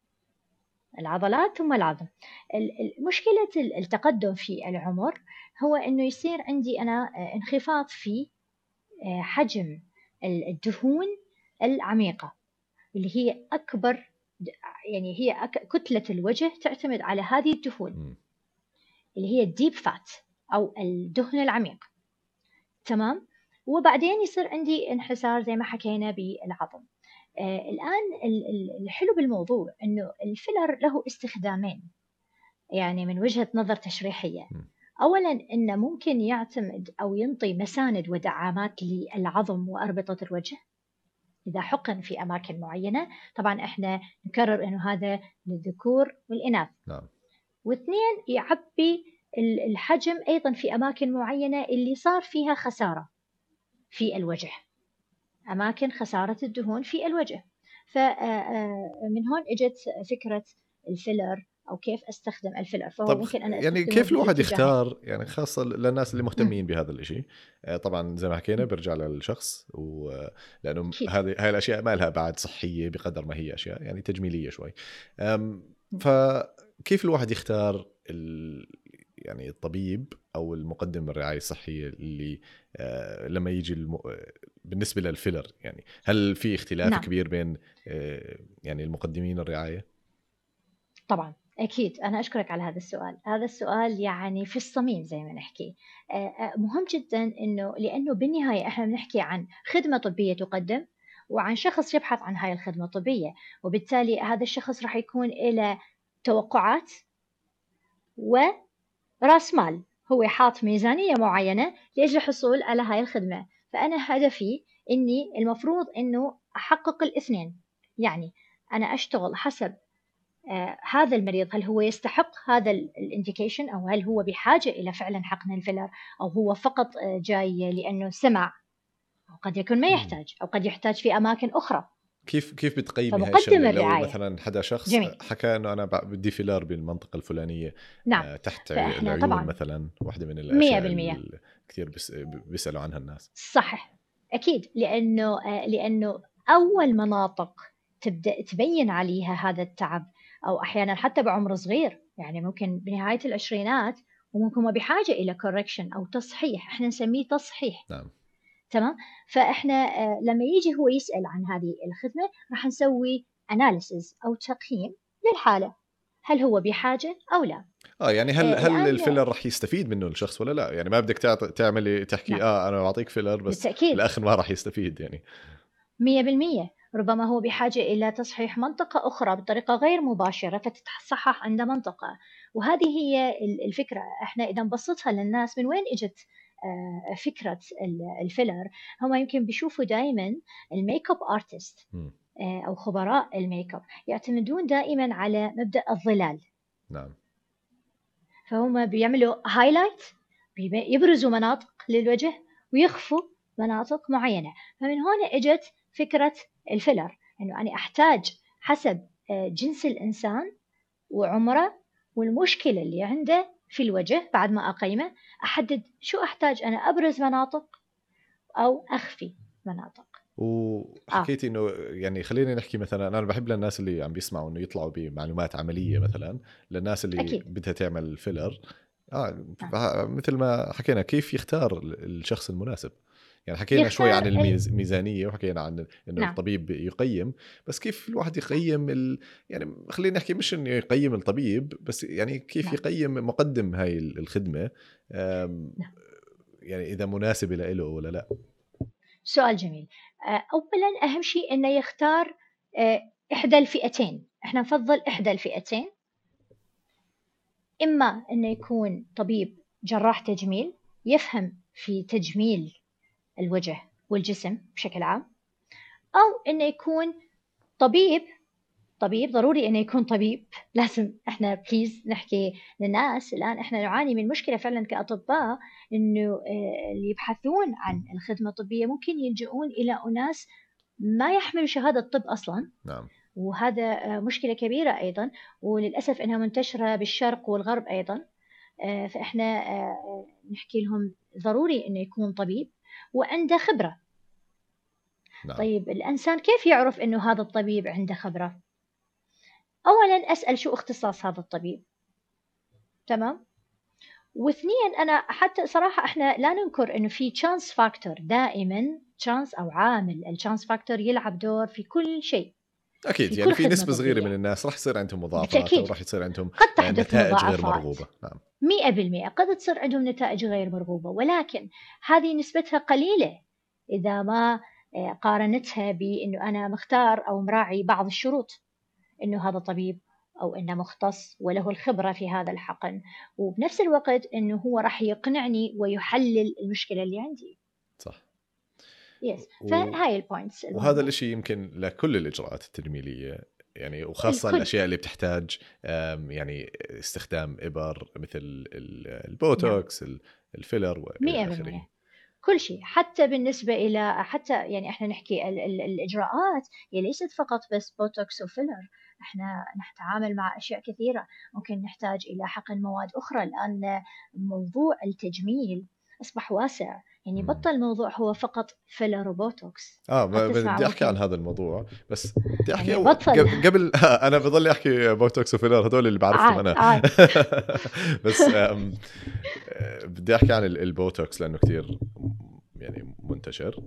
العضلات ثم العظم. مشكلة التقدم في العمر هو إنه يصير عندي أنا انخفاض في حجم الدهون العميقة، اللي هي أكبر يعني هي كتلة الوجه تعتمد على هذه الدهون م- اللي هي الديب فات أو الدهن العميق، تمام. وبعدين يصير عندي انحسار زي ما حكينا بالعظم. الآن الحلو بالموضوع إنه الفيلر له استخدامين، يعني من وجهة نظر تشريحية. م. أولا إنه ممكن يعتمد أو ينطي مساند ودعامات للعظم وأربطة الوجه إذا حقن في أماكن معينة. طبعا إحنا نكرر إنه هذا للذكور والإناث. نعم. واثنين، يعبي الحجم أيضا في أماكن معينة اللي صار فيها خسارة في الوجه، أماكن خسارة الدهون في الوجه. فمن هون إجت فكرة الفيلر أو كيف أستخدم الفيلر. فهو طب ممكن أنا يعني أستخدمه كيف الواحد بالاتجاهين. يختار، يعني خاصة للناس اللي مم. مهتمين بهذا الاشي؟ طبعا زي ما حكينا بيرجع للشخص، لأنه أكيد. هاي الأشياء ما لها بعد صحية بقدر ما هي أشياء يعني تجميلية شوي. مم. فكيف الواحد يختار يعني الطبيب أو المقدم الرعاية الصحية اللي لما يجي بالنسبة للفيلر؟ يعني هل في اختلاف نعم، كبير بين يعني المقدمين الرعاية؟ طبعا أكيد. أنا أشكرك على هذا السؤال. هذا السؤال يعني في الصميم زي ما نحكي. مهم جدا إنه لأنه بالنهاية إحنا بنحكي عن خدمة طبية تقدم وعن شخص يبحث عن هاي الخدمة الطبية، وبالتالي هذا الشخص راح يكون له توقعات ورأس مال. هو حاط ميزانية معينة لأجل الحصول على هاي الخدمة. فأنا هدفي إني المفروض إنه أحقق الاثنين. يعني أنا أشتغل حسب هذا المريض، هل هو يستحق هذا الانديكيشن، او هل هو بحاجه الى فعلا حقن الفيلر، او هو فقط جاي لانه سمع، او قد يكون ما مم. يحتاج، او قد يحتاج في اماكن اخرى. كيف بتقيمي هاي فمقدم الشغله؟ لو الرعايه. مثلا حدا شخص جميل. حكى انه انا بدي فيلر بالمنطقه الفلانيه، نعم. تحت فاحنا العيون طبعا مثلا، واحده من الاشياء 100% اللي كثير بيسالوا عنها الناس. صحيح. اكيد، لانه اول مناطق تبدا تبين عليها هذا التعب، او احيانا حتى بعمر صغير، يعني ممكن بنهايه العشرينات، وممكن ما بحاجه الى كوركشن او تصحيح، احنا نسميه تصحيح، نعم. تمام. فاحنا لما يجي هو يسال عن هذه الخدمه راح نسوي اناليسز او تقييم للحاله، هل هو بحاجه او لا. يعني هل الان الفيلر رح يستفيد منه الشخص ولا لا؟ يعني ما بدك تعملي تحكي نعم، انا بعطيك فيلر بس بالتاكيد. بالاخر ما رح يستفيد يعني. 100%. ربما هو بحاجة إلى تصحيح منطقة أخرى بطريقة غير مباشرة فتتصحح عند منطقة. وهذه هي الفكرة. إحنا إذا نبسطها للناس من وين إجت فكرة الفيلر. هم يمكن بيشوفوا دائما الميك اب ارتست مم. أو خبراء الميك اب يعتمدون دائما على مبدأ الظلال. نعم. فهم بيعملوا هايلايت، يبرزوا مناطق للوجه ويخفوا مناطق معينة. فمن هنا اجت فكرة الفيلر، انه انا احتاج حسب جنس الانسان وعمره والمشكلة اللي عنده في الوجه، بعد ما اقيمه احدد شو احتاج، انا ابرز مناطق او اخفي مناطق. وحكيتي انه يعني خلينا نحكي مثلا، انا بحب للناس اللي عم بيسمعوا انه يطلعوا بمعلومات عمليه، مثلا للناس اللي أكيد. بدها تعمل فيلر. آه. مثل ما حكينا كيف يختار الشخص المناسب. يعني حكينا شوي يختار عن الميزانيه، وحكينا عن انه نعم. الطبيب يقيم، بس كيف الواحد يقيم يعني خلينا نحكي مش انه يقيم الطبيب بس، يعني كيف نعم. يقيم مقدم هاي الخدمه، نعم. يعني اذا مناسبه له ولا لا. سؤال جميل. أولا أهم شيء أنه يختار إحدى الفئتين. إحنا نفضل إحدى الفئتين، إما أنه يكون طبيب جراح تجميل يفهم في تجميل الوجه والجسم بشكل عام، أو أنه يكون طبيب. طبيب ضروري انه يكون طبيب. لازم احنا بليز نحكي للناس الان، احنا نعاني من مشكله فعلا كاطباء، انه اللي يبحثون عن الخدمه الطبيه ممكن يلجؤون الى اناس ما يحملوا شهاده طب اصلا. نعم. وهذا مشكله كبيره ايضا، وللاسف انها منتشره بالشرق والغرب ايضا. فاحنا نحكي لهم ضروري انه يكون طبيب وعنده خبره. نعم. طيب الانسان كيف يعرف انه هذا الطبيب عنده خبره؟ اولا اسال شو اختصاص هذا الطبيب. تمام. واثنين، انا حتى صراحه احنا لا ننكر انه في تشانس فاكتور، دائما تشانس او عامل التشانس فاكتور يلعب دور في كل شيء، اكيد، في يعني كل في خدمه نسبه صغيره من طبيه. الناس راح يصير عندهم مضاعفات، او بالتاكيد راح يصير عندهم قد تحدث نتائج غير مضاعفات. مرغوبه. نعم. 100% قد تصير عندهم نتائج غير مرغوبه، ولكن هذه نسبتها قليله اذا ما قارنتها بانه انا مختار او مراعي بعض الشروط، انه هذا طبيب او انه مختص وله الخبره في هذا الحقن، وبنفس الوقت انه هو راح يقنعني ويحلل المشكله اللي عندي. صح. يس، و... فهاي البوينتس وهذا المهمه. الاشي يمكن لكل الاجراءات التجميليه، يعني وخاصه الكل. الاشياء اللي بتحتاج يعني استخدام ابر مثل نعم. البوتوكس، الفيلر والى اخره. 100%. كل شيء، حتى بالنسبة إلى، حتى يعني إحنا نحكي الإجراءات هي ليست فقط بس بوتوكس وفيلر. إحنا نتعامل مع أشياء كثيرة، ممكن نحتاج إلى حقن مواد أخرى. الآن موضوع التجميل أصبح واسع، يعني مم. بطل الموضوع هو فقط فيلر وبوتوكس. قد تسمع بدي احكي عن ممكن، هذا الموضوع، بس بدي احكي يعني بطل. قبل انا بضل احكي بوتوكس وفيلر، هدول اللي بعرفهم عاد انا. عاد. بس بدي احكي عن البوتوكس لانه كتير يعني منتشر.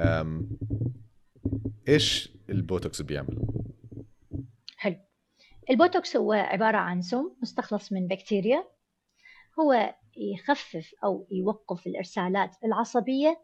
ايش البوتوكس بيعمل؟ حلو. البوتوكس هو عبارة عن سم مستخلص من بكتيريا. هو يخفف أو يوقف الإرسالات العصبية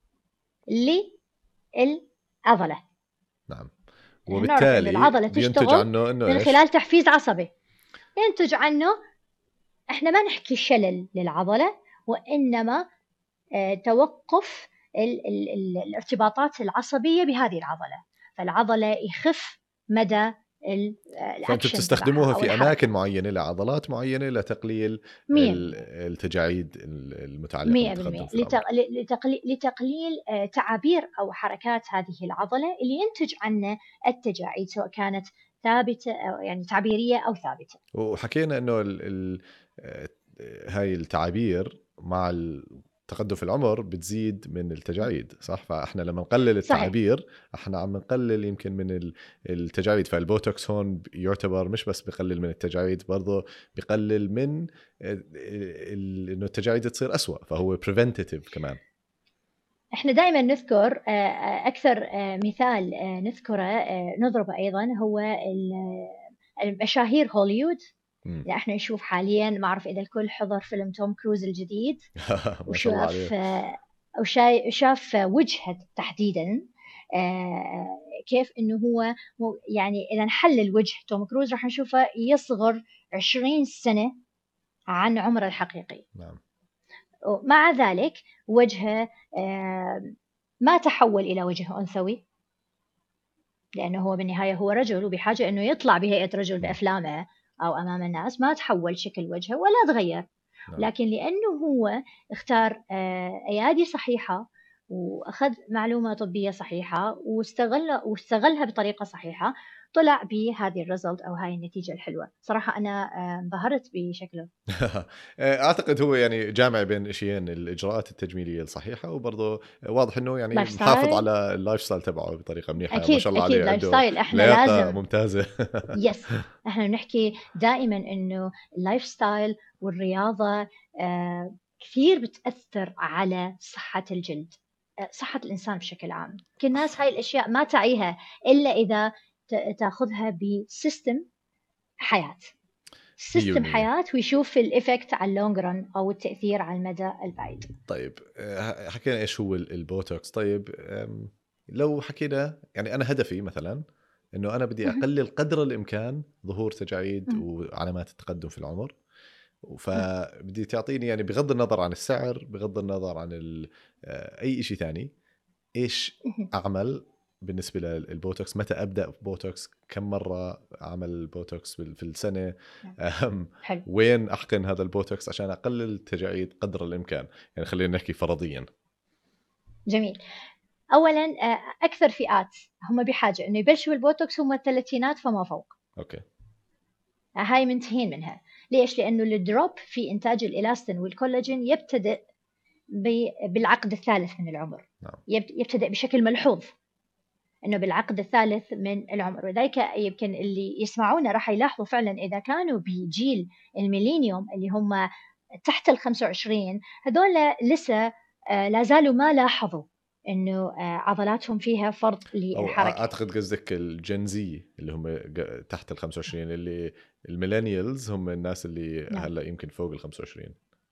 للعضلة. نعم. نحن نعرف أن وبالتالي العضلة بينتج تشتغل عنه انه من ايش؟ خلال تحفيز عصبي. ينتج عنه، احنا ما نحكي شلل للعضلة، وإنما توقف الارتباطات العصبية بهذه العضلة، فالعضلة يخف مدى فانتم الأكشن تبعها بتستخدموه أو في اماكن الحركة. معينه لعضلات معينه لتقليل 100%. التجاعيد المتعلقه بالتقدم 100% في العمر. لتقليل تعابير أو حركات هذه العضلة اللي ينتج عنه التجاعيد، سواء كانت ثابتة أو يعني تعبيرية أو ثابتة. وحكينا انه آه، هاي التعابير مع التقدم في العمر بتزيد من التجاعيد، صح؟ فاحنا لما نقلل صحيح. التعابير احنا عم نقلل يمكن من التجاعيد. فالبوتوكس هون يعتبر مش بس بقلل من التجاعيد، برضه بقلل من انه التجاعيد تصير أسوأ، فهو preventative كمان. احنا دائما نذكر أكثر مثال نذكره نضربه أيضا هو المشاهير هوليوود. مم. يعني احنا نشوف حاليا، ما أعرف إذا الكل حضر فيلم توم كروز الجديد ما شاء الله وشاف عليه. أو شاف وجهه تحديدا. كيف إنه هو يعني إذا نحلل وجه توم كروز راح نشوفه يصغر 20 سنة عن عمره الحقيقي. نعم. مع ذلك وجهه ما تحول إلى وجه أنثوي، لأنه هو بالنهاية هو رجل وبحاجة أنه يطلع بهيئة رجل مم. بأفلامه أو أمام الناس. ما تحول شكل وجهه ولا تغير، نعم. لكن لأنه هو اختار أيادي صحيحة وأخذ معلومة طبية صحيحة واستغلها بطريقة صحيحة، طلع بهذه الريزلت أو هاي النتيجة الحلوة. صراحة أنا انبهرت بشكله. اعتقد هو يعني جامع بين شيئين، الاجراءات التجميليه الصحيحه، وبرضه واضح انه يعني لايف محافظ ستايل، على اللايف ستايل تبعه بطريقه منيحه، ما أكيد شاء الله أكيد عليه، لايف عنده ستايل إحنا لياقه لازم. ممتازه. يس، احنا بنحكي دائما انه اللايف ستايل والرياضه كثير بتاثر على صحه الجلد، صحه الانسان بشكل عام. كل الناس هاي الاشياء ما تعيها الا اذا تاخذها بسيستم حياه، سيستم 100%. حياه، ويشوف الافكت على اللونج رن او التاثير على المدى البعيد. طيب حكينا ايش هو البوتوكس. طيب لو حكينا يعني انا هدفي مثلا انه انا بدي مهم. اقلل قدر الامكان ظهور تجاعيد مهم. وعلامات التقدم في العمر، مهم. فبدي تعطيني يعني بغض النظر عن السعر، بغض النظر عن اي شيء ثاني، ايش مهم. اعمل بالنسبه للبوتوكس؟ متى ابدا بوتوكس؟ كم مره اعمل بوتوكس في السنه؟ حلو، وين احقن هذا البوتوكس عشان اقلل التجاعيد قدر الامكان؟ يعني خلينا نحكي فرضيا. جميل. اولا اكثر فئات هم بحاجه انه يبلشوا بالبوتوكس هم الثلاثينات فما فوق. اوكي. هاي منتهين منها. ليش؟ لأنه الدروب في إنتاج الإلاستين والكولاجين يبتدئ بالعقد الثالث من العمر. نعم. يبتدئ بشكل ملحوظ انه بالعقد الثالث من العمر، وذلك يمكن اللي يسمعونا راح يلاحظوا فعلا اذا كانوا بجيل الميلينيوم اللي هم تحت ال 25، هذول لسه لا زالوا ما لاحظوا انه عضلاتهم فيها فرط او للحركه. اعتقد قصدك الجنزي اللي هم تحت ال 25، اللي الميلينيالز هم الناس اللي نعم. هلا يمكن فوق ال 25.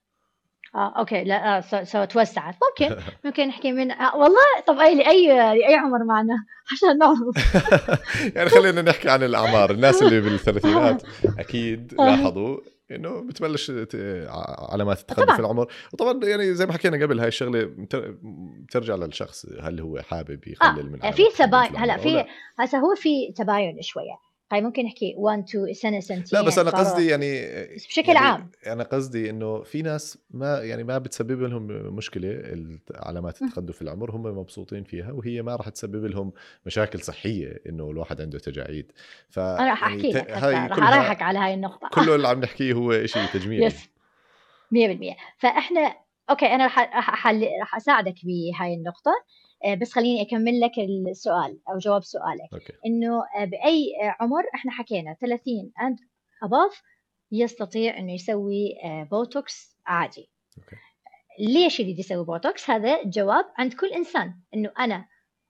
اوكي، لا سو توسعت. ممكن نحكي من والله. طب لاي عمر معنا عشان نعرف. يعني خلينا نحكي عن الاعمار. الناس اللي بالثلاثينات اكيد لاحظوا انه بتبلش علامات التقدم في طبعا العمر. وطبعا يعني زي ما حكينا قبل، هاي الشغله بترجع للشخص، هل هو حابب يقلل من علامات في التقدم في تباين العمر هلا، او في لا. هسه هو في تباين شويه. هاي ممكن نحكي 1 2 سنه لا بس سنتين انا قصدي فرق، يعني، بس بشكل عام. انا قصدي انه في ناس ما يعني ما بتسبب لهم مشكله علامات التقدم في العمر، هم مبسوطين فيها، وهي ما راح تسبب لهم مشاكل صحيه انه الواحد عنده تجاعيد. انا راح فيعني احكي لك هسه، هاي راح اريحك كلها، على هاي النقطه. كله اللي عم نحكيه هو شيء تجميلي. يس، 100%. فاحنا اوكي، انا راح اساعدك بهاي النقطه. بس خليني اكمل لك السؤال او جواب سؤالك. اوكي. انه باي عمر؟ احنا حكينا 30 اند اباف يستطيع انه يسوي بوتوكس عادي. اوكي. ليش يريد يسوي بوتوكس؟ هذا جواب عند كل انسان، انه انا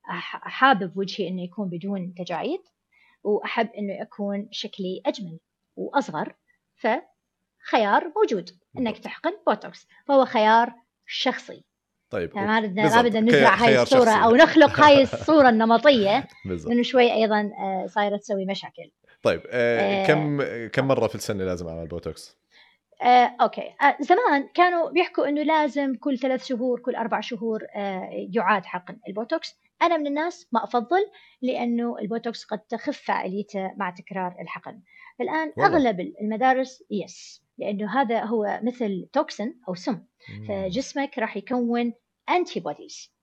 حابب وجهي انه يكون بدون تجاعيد، واحب انه يكون شكلي اجمل واصغر، فخيار موجود انك بالضبط. تحقن بوتوكس، فهو خيار شخصي. طيب ما بالضبط، بدنا نزرع هاي خيار الصورة شخصي. أو نخلق هاي الصورة النمطية، بالضبط. لأنه شوي أيضا صايرة تسوي مشاكل. طيب آه، كم مره في السنه لازم اعمل بوتوكس؟ أوكي. زمان كانوا بيحكوا إنه لازم كل 3 شهور كل 4 شهور يعاد حقن البوتوكس. أنا من الناس ما أفضل، لأنه البوتوكس قد تخف فعاليته مع تكرار الحقن. الآن والله. أغلب المدارس لأنه هذا هو مثل توكسين أو سم، فجسمك راح يكون أنتي بوديز.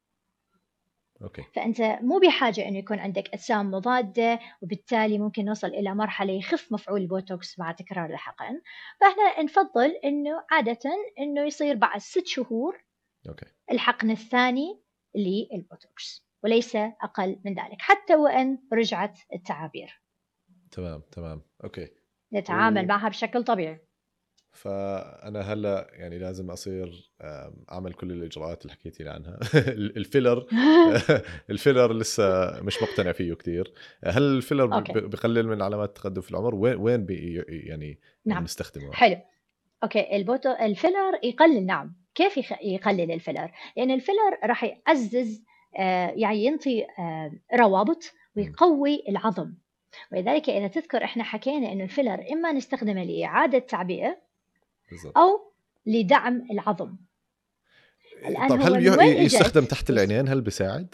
اوكي. فأنت مو بحاجة أنه يكون عندك أجسام مضادة، وبالتالي ممكن نوصل إلى مرحلة يخف مفعول البوتوكس مع تكرار الحقن. فإحنا نفضل أنه عادة أنه يصير بعد 6 شهور اوكي. الحقن الثاني للبوتوكس، وليس أقل من ذلك، حتى وإن رجعت التعابير تمام اوكي. نتعامل معها بشكل طبيعي. فانا هلا يعني لازم اصير اعمل كل الاجراءات اللي حكيتي لي عنها. الفيلر. الفيلر لسه مش مقتنع فيه كتير. هل الفيلر أوكي، بقلل من علامات التقدم في العمر؟ وين يعني نعم، بنستخدمه؟ حلو. أوكي، الفيلر يقلل. نعم، كيف يقلل الفيلر؟ لأن الفيلر راح يعزز يعني ينطي روابط ويقوي العظم. ولذلك إذا تذكر إحنا حكينا إنه الفيلر إما نستخدمه لإعادة تعبئة بالضبط. أو لدعم العظم. الآن طب هو هل من وين يستخدم إجت؟ تحت العينين؟ هل بيساعد؟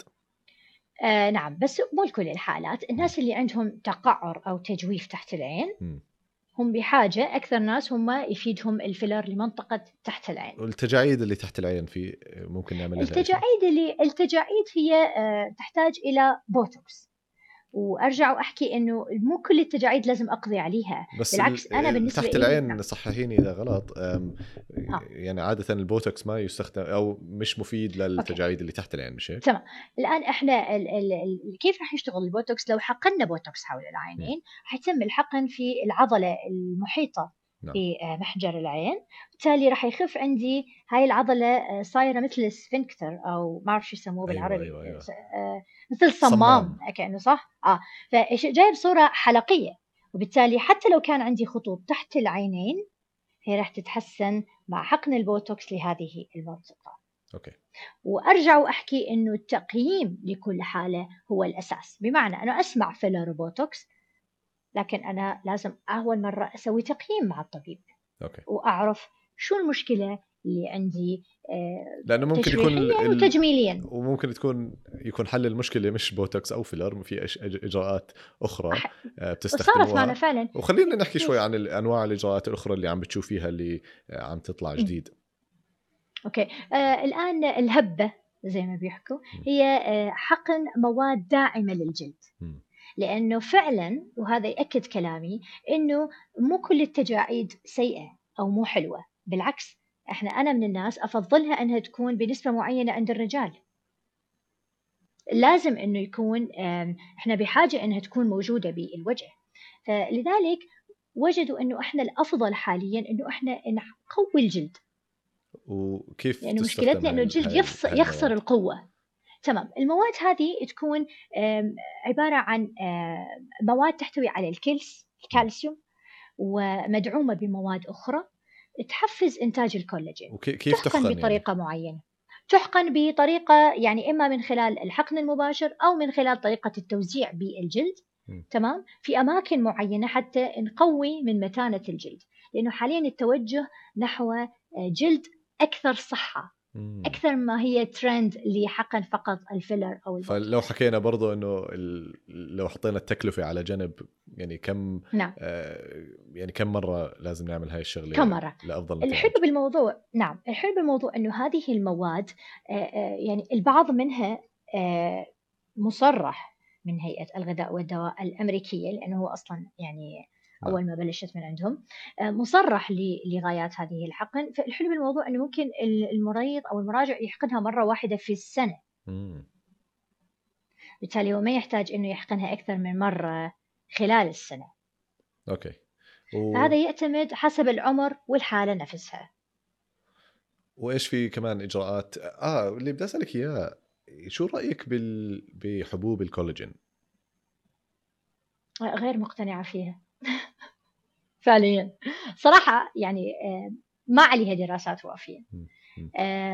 نعم، بس مو لكل الحالات. الناس اللي عندهم تقعر أو تجويف تحت العين هم بحاجة، أكثر ناس هم يفيدهم الفيلر لمنطقة تحت العين. والتجاعيد اللي تحت العين في ممكن نعمل لها شيء؟ التجاعيد هي تحتاج إلى بوتوكس، وارجع واحكي انه مو كل التجاعيد لازم اقضي عليها، بس بالعكس انا بالنسبه تحت لي العين صححيني اذا غلط، اه يعني عاده البوتوكس ما يستخدم او مش مفيد اوكي للتجاعيد اللي تحت العين، مش هيك؟ تمام. الان احنا كيف راح يشتغل البوتوكس؟ لو حقنا بوتوكس حول مم. العينين حيتم الحقن في العضله المحيطه نعم. بمحجر العين، بالتالي راح يخف عندي هاي العضله صايره مثل السفنكتر او ما اعرف شو يسموه ايوه بالعربي، ايوه ايوه. مثل صمام صمام. كانه، صح؟ فجاي بصوره حلقيه، وبالتالي حتى لو كان عندي خطوط تحت العينين هي راح تتحسن مع حقن البوتوكس لهذه المنطقه. اوكي. وارجع واحكي انه التقييم لكل حاله هو الاساس، بمعنى انا اسمع فيلر وبوتوكس، لكن انا لازم اول مره اسوي تقييم مع الطبيب اوكي. واعرف شو المشكله اللي عندي لانه ممكن يكون تشريحيا وتجميليا. وممكن يكون حل المشكله مش بوتوكس او فيلر، في اجراءات اخرى صارت معنا بتستخدموها. فعلا. وخلينا نحكي شوي يس. عن انواع الاجراءات الاخرى اللي عم بتشوفيها اللي عم تطلع جديد. اوكي. الان الهبه زي ما بيحكوا م. هي حقن مواد داعمه للجلد، م. لأنه فعلا وهذا يأكد كلامي أنه مو كل التجاعيد سيئة أو مو حلوة، بالعكس أنا من الناس أفضلها أنها تكون بنسبة معينة عند الرجال، لازم أنه يكون إحنا بحاجة أنها تكون موجودة بالوجه، فلذلك وجدوا أنه إحنا الأفضل حاليا أنه إحنا نقوي الجلد، وكيف لأنه تستخدم مشكلتنا أنه الجلد هاي يخسر المواد؟ القوة. تمام. المواد هذه تكون عبارة عن مواد تحتوي على م. الكالسيوم، ومدعومة بمواد أخرى تحفز إنتاج الكولاجين. وكيف تحقن تحقن يعني؟ بطريقة معينة، تحقن بطريقة يعني إما من خلال الحقن المباشر أو من خلال طريقة التوزيع بالجلد، م. تمام، في أماكن معينة حتى نقوي من متانة الجلد، لأنه حاليا التوجه نحو جلد أكثر صحة، م. أكثر ما هي ترند لحقن فقط الفيلر أو فلو البوتوكس. حكينا برضو انه لو حطينا التكلفة على جنب، يعني كم نعم. يعني كم مرة لازم نعمل هاي الشغلة كم مرة؟ لأفضل الحلو نتائج؟ بالموضوع، نعم، الحلو بالموضوع أنه هذه المواد يعني البعض منها مصرح من هيئة الغذاء والدواء الأمريكية، لأنه هو أصلا يعني نعم. أول ما بلشت من عندهم مصرح لغايات هذه الحقن. فالحلو بالموضوع أنه ممكن المريض أو المراجع يحقنها مرة واحدة في السنة، مم. بالتالي هو ما يحتاج أنه يحقنها أكثر من مرة خلال السنة. اوكي. فهذا يعتمد حسب العمر والحالة نفسها. وايش في كمان اجراءات اللي بدي اسالك اياه، شو رايك بحبوب الكولاجين؟ غير مقتنعة فيها فعليا، صراحة يعني ما عليها دراسات وافية. مم. مم.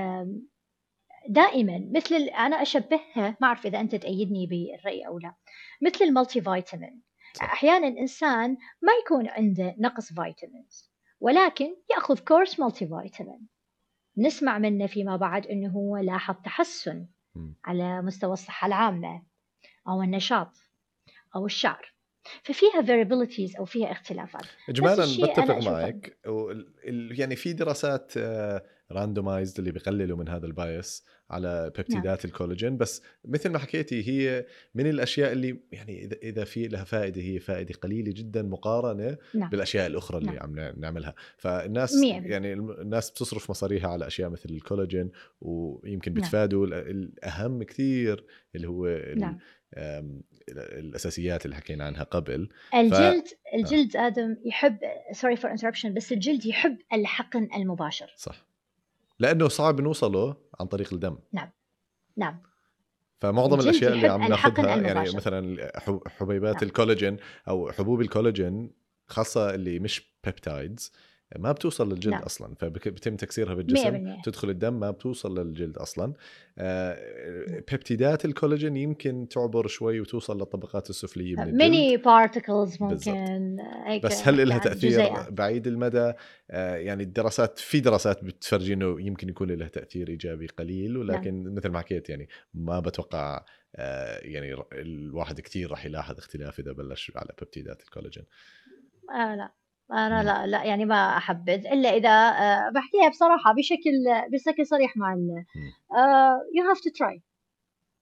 دائما مثل أنا أشبهها، ما أعرف إذا أنت تأيدني بالرأي أو لا، مثل المالتي فيتامين. صح. أحيانا إنسان ما يكون عنده نقص فيتامينز، ولكن يأخذ كورس مالتي فيتامين، نسمع منه فيما بعد أنه هو لاحظ تحسن مم. على مستوى الصحة العامة أو النشاط أو الشعر. ففيها variabilities أو فيها اختلافات. نفس اجمالا الشيء بتفق أنا أشوفه. معك. يعني في دراسات راندومايزد اللي بيقللوا من هذا البايس على نعم. بيبتيدات الكولاجين، بس مثل ما حكيتي هي من الاشياء اللي يعني اذا في لها فائده هي فائده قليله جدا مقارنه نعم. بالاشياء الاخرى اللي نعم. عم نعملها. فالناس 100%. يعني الناس بتصرف مصاريها على اشياء مثل الكولاجين، ويمكن نعم. بتفادوا الاهم كثير اللي هو نعم. الاساسيات اللي حكينا عنها قبل. ف الجلد الجلد آدم يحب، sorry for interruption، بس الجلد يحب الحقن المباشر. صح، لانه صعب نوصله عن طريق الدم. نعم. نعم. فمعظم الجلد الاشياء اللي يحب عم الحقن ناخذها يعني المباشر. مثلا حبيبات نعم. الكولاجين او حبوب الكولاجين، خاصه اللي مش بيبتايدز، ما بتوصل للجلد نعم. اصلا، فبتم تكسيرها بالجسم 100%. تدخل الدم ما بتوصل للجلد اصلا. بيبتيدات الكولاجين يمكن تعبر شوي وتوصل للطبقات السفليه من الجلد. ميني بارتكلز بالضبط. ممكن هيك، بس هل لها يعني تأثير جزيئات. بعيد المدى؟ يعني في دراسات بتفرجي انه يمكن يكون له تأثير ايجابي قليل، نعم. ولكن مثل ما حكيت يعني ما بتوقع يعني الواحد كثير راح يلاحظ اختلاف اذا بلش على بيبتيدات الكولاجين. لا أنا مم. لا يعني ما أحبذ إلا إذا بحكيها بصراحة بشكل صريح مع مم. you have to try.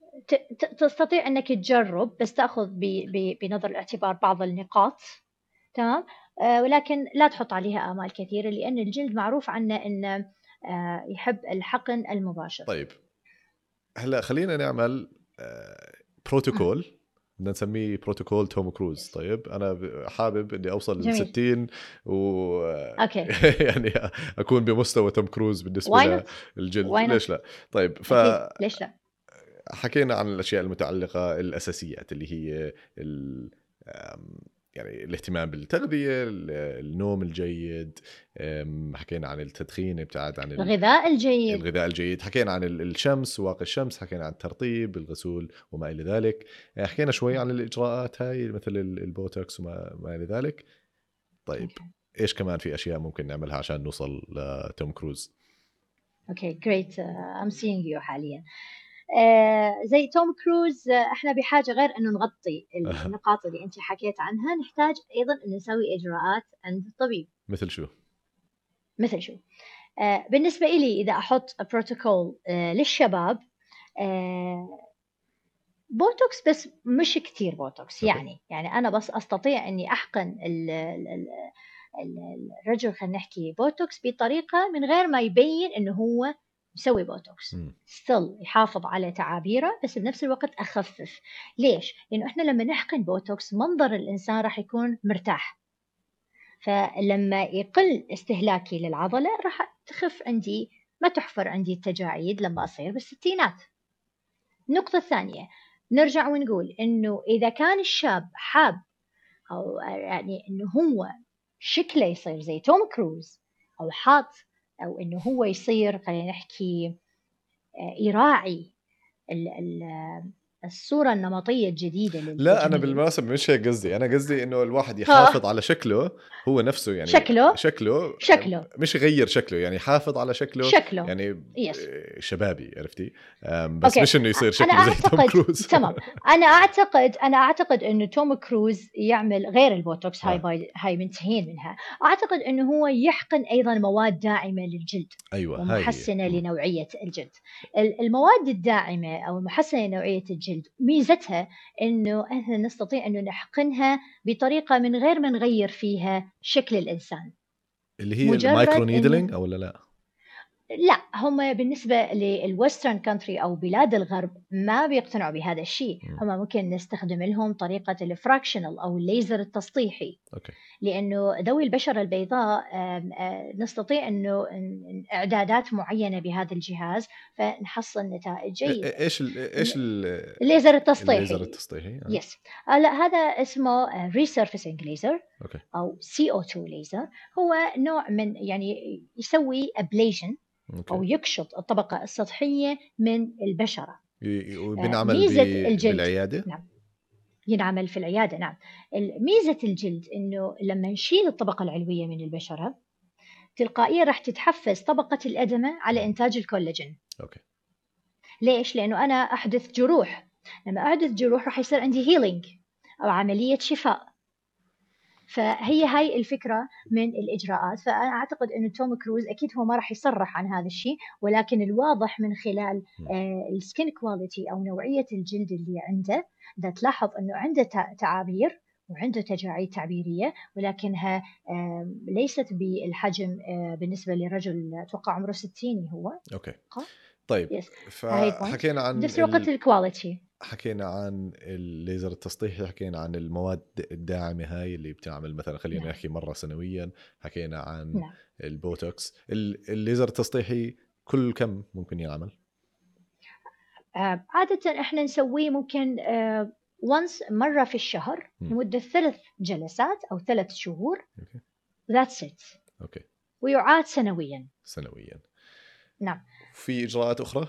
تستطيع أنك تجرب، بس تأخذ بنظر الاعتبار بعض النقاط. تمام. ولكن لا تحط عليها آمال كثيرة، لأن الجلد معروف عنه أنه يحب الحقن المباشر. طيب هلا خلينا نعمل بروتوكول، بدنا نسميه بروتوكول توم كروز. طيب انا حابب اني اوصل جميل. لل60 و أوكي. يعني اكون بمستوى توم كروز Why بالنسبه not؟ للجلد. Why not؟ ليش لا؟ طيب أكيد، ليش لا؟ حكينا عن الاشياء المتعلقه الاساسيات اللي هي يعني الاهتمام بالتغذيه، النوم الجيد، حكينا عن التدخين، ابتعاد عن الغذاء الجيد. الغذاء الجيد، حكينا عن الشمس، واقي الشمس، حكينا عن الترطيب، الغسول وما إلى ذلك. حكينا شوي عن الإجراءات هاي مثل البوتوكس وما إلى ذلك. طيب إيش كمان في أشياء ممكن نعملها عشان نوصل لتوم كروز؟ اوكي great. I'm seeing you حاليا. زي توم كروز، احنا بحاجة غير انه نغطي النقاط اللي انت حكيت عنها، نحتاج ايضا ان نسوي اجراءات عند الطبيب. مثل شو؟ مثل شو؟ بالنسبة إلي إذا أحط بروتوكول للشباب، بوتوكس بس مش كتير بوتوكس. يعني أنا بس أستطيع أني أحقن الرجل، خلينا نحكي بوتوكس بطريقة من غير ما يبين أنه هو يسوي بوتوكس. ستيل يحافظ على تعابيره، بس بنفس الوقت أخفف. ليش؟ لأنه إحنا لما نحقن بوتوكس منظر الإنسان راح يكون مرتاح، فلما يقل استهلاكي للعضلة راح تخف عندي، ما تحفر عندي التجاعيد لما أصير بالستينات. النقطة الثانية، نرجع ونقول إنه إذا كان الشاب حاب أو يعني إنه هو شكله يصير زي توم كروز، أو حاط، أو إنه هو يصير، خلينا نحكي، يراعي الصورة النمطية الجديدة لا أنا للجميل. بالمناسبة مش هيك قصدي، أنا قصدي إنه الواحد يحافظ على شكله هو نفسه، يعني شكله مش يغير شكله، يعني يحافظ على شكله يعني يس. شبابي، عرفتي؟ بس أوكي. مش إنه يصير أنا شكله زي توم كروز. تمام. أنا أعتقد إنه توم كروز يعمل غير البوتوكس، هاي منتهين منها. أعتقد إنه هو يحقن أيضا مواد داعمة للجلد، أيوة، ومحسنة لنوعية الجلد. المواد الداعمة أو المحسنة لنوعية الجلد ميزتها إنه إحنا نستطيع إنه نحقنها بطريقة من غير ما نغير فيها شكل الإنسان، اللي هي المايكرو نيدلينج أو لا؟ لا، هم بالنسبة للويسترن كونتري أو بلاد الغرب ما بيقتنعوا بهذا الشيء. هم ممكن نستخدم لهم طريقة الفراكشنال أو الليزر التسطيحي. أوكي. لأنه ذوي البشرة البيضاء نستطيع أنه إعدادات معينة بهذا الجهاز فنحصل نتائج جيدة. إيش الليزر التسطيحي. الليزر التسطيحي. يس. لا، هذا اسمه ريسيرفيسنج ليزر أو CO2 ليزر. هو نوع من، يعني يسوي أبليشن أو يكشط الطبقة السطحية من البشرة. وبنعمل بالعيادة؟ نعم، ينعمل في العيادة. نعم. ميزة الجلد إنه لما نشيل الطبقة العلوية من البشرة تلقائيا راح تتحفز طبقة الأدمة على إنتاج الكولاجين. أوكي. ليش؟ لأنه أنا أحدث جروح، لما أحدث جروح راح يصير عندي هيلينج أو عملية شفاء. فهي هاي الفكرة من الإجراءات. فأنا أعتقد أنه توم كروز أكيد هو ما راح يصرح عن هذا الشيء، ولكن الواضح من خلال السكين كواليتي أو نوعية الجلد اللي عنده، ده تلاحظ أنه عنده تعابير وعنده تجاعيد تعبيرية، ولكنها ليست بالحجم بالنسبة لرجل أتوقع عمره 60 هو. أوكي. طيب فحكينا عن نفس الوقت الكواليتي، حكينا عن الليزر التسطيحي، حكينا عن المواد الداعمة هاي اللي بتعمل مثلا خلينا نحكي مرة سنويا، حكينا عن البوتوكس. الليزر التسطيحي كل كم ممكن يعمل؟ عادة احنا نسويه ممكن مرة في الشهر لمدة 3 جلسات أو 3 شهور. That's it. أوكي. ويعاد سنويا. نعم. في إجراءات أخرى؟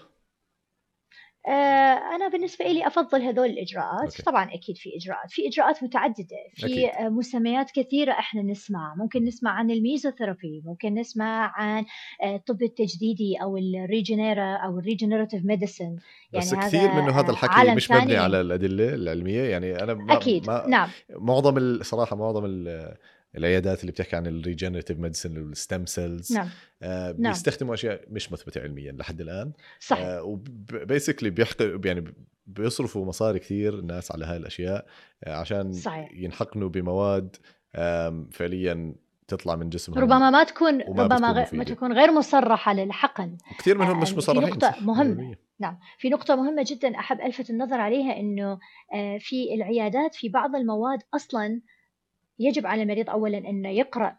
أنا بالنسبة لي أفضل هذول الإجراءات. طبعا أكيد في إجراءات متعددة، في مسميات كثيرة إحنا نسمع. ممكن نسمع عن الميزوثيرابي، ممكن نسمع عن الطب التجديدي أو الريجنيرا أو الريجنيراتيف ميديسن. بس يعني كثير منه هذا الحكي مش مبني على الأدلة العلمية. يعني أنا أكيد. نعم. معظم العيادات اللي بتحكي عن الريجنريتيف ميديسن والستيم سيلز بيستخدموا اشياء مش مثبته علميا لحد الان. صحيح. وبيسكلي يعني بيصرفوا مصاري كثير الناس على هاي الاشياء عشان صحيح. ينحقنوا بمواد فعليا تطلع من جسمهم ربما ما تكون وما ربما بتكون ما مفيدة. تكون غير مصرحة للحقن. وكثير منهم مش في مصرحين. نقطة صح، مهمة 100%. نعم، في نقطة مهمة جدا أحب ألفت النظر عليها، إنه في العيادات في بعض المواد أصلا يجب على المريض أولا إنه يقرأ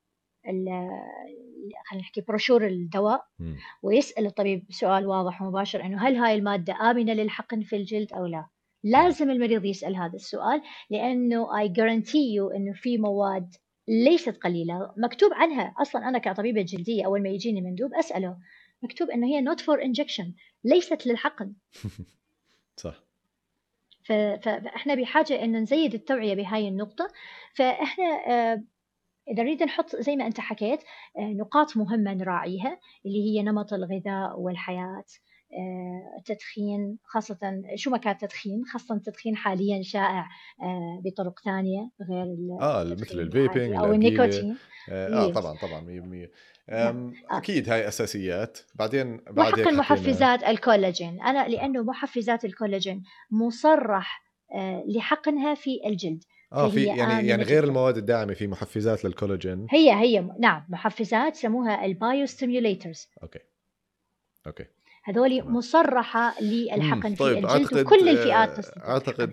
خلينا نحكي بروشور الدواء، ويسأل الطبيب سؤال واضح ومباشر إنه هل هاي المادة آمنة للحقن في الجلد أو لا. لازم المريض يسأل هذا السؤال، لأنه I guarantee you إنه في مواد ليست قليلة مكتوب عنها أصلا. أنا كطبيبة جلدية أول ما يجيني مندوب أسأله، مكتوب إنه هي not for injection، ليست للحقن. صح. فإحنا بحاجة إنه نزيد التوعية بهاي النقطة. فإحنا إذا نريد نحط زي ما أنت حكيت نقاط مهمة نراعيها، اللي هي نمط الغذاء والحياة، التدخين، خاصة شو ما كان التدخين، خاصة التدخين حاليا شائع بطرق ثانية غير مثل الفيبينج أو النيكوتين. طبعا 100%. أكيد هاي أساسيات. بعدين وحقن محفزات الكولاجين، أنا لأنه محفزات الكولاجين مصرح لحقنها في الجلد. في يعني غير المواد الداعمة في محفزات للكولاجين. هي نعم محفزات سموها البايوستيموليترز. اوكي هذول مصرحة للحقن في طيب الجلد، وكل الفئات اعتقد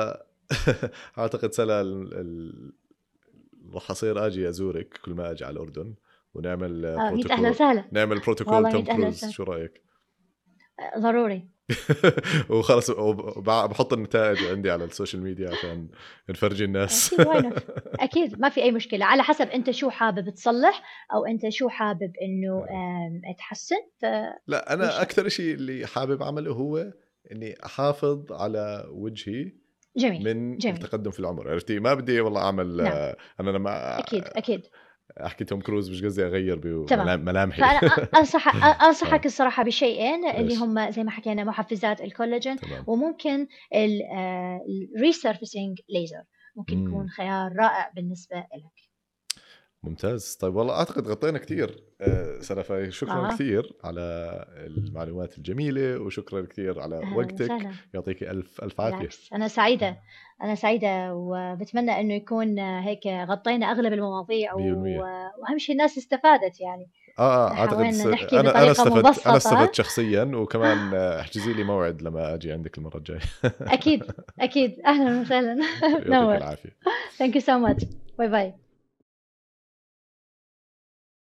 سلا راح اصير اجي ازورك كل ما اجي على الاردن ونعمل بروتوكول. نعمل بروتوكول توم كروز، شو رايك؟ ضروري. وخلص بحط النتائج عندي على السوشيال ميديا عشان نفرجي الناس. أكيد ما في أي مشكلة، على حسب أنت شو حابب تصلح أو أنت شو حابب إنه تحسن. لا أنا أكثر شيء اللي حابب أعمله هو إني أحافظ على وجهي من التقدم في العمر. عرفتي؟ ما بدي والله أعمل أنا لما أكيد أحكي توم كروز مش قصدي أغير بملامحي. فأنا أنصحك الصراحة بشيئين اللي هم زي ما حكينا محفزات الكولاجين، وممكن الريسيرفيسينج ليزر ممكن يكون خيار رائع بالنسبة لك. ممتاز. طيب والله أعتقد غطينا كتير سلفى. شكرا كثير على المعلومات الجميلة، وشكرا كثير على وقتك. يعطيك ألف عافية. أنا سعيدة وبتمنى إنه يكون هيك غطينا أغلب المواضيع وأهم شيء الناس استفادت يعني. أعتقد أنا استفدت شخصيا، وكمان احجزي لي موعد لما أجي عندك المرة الجاية. أكيد أهلا وسهلا. يعطيك العافية. Thank you so much. باي باي.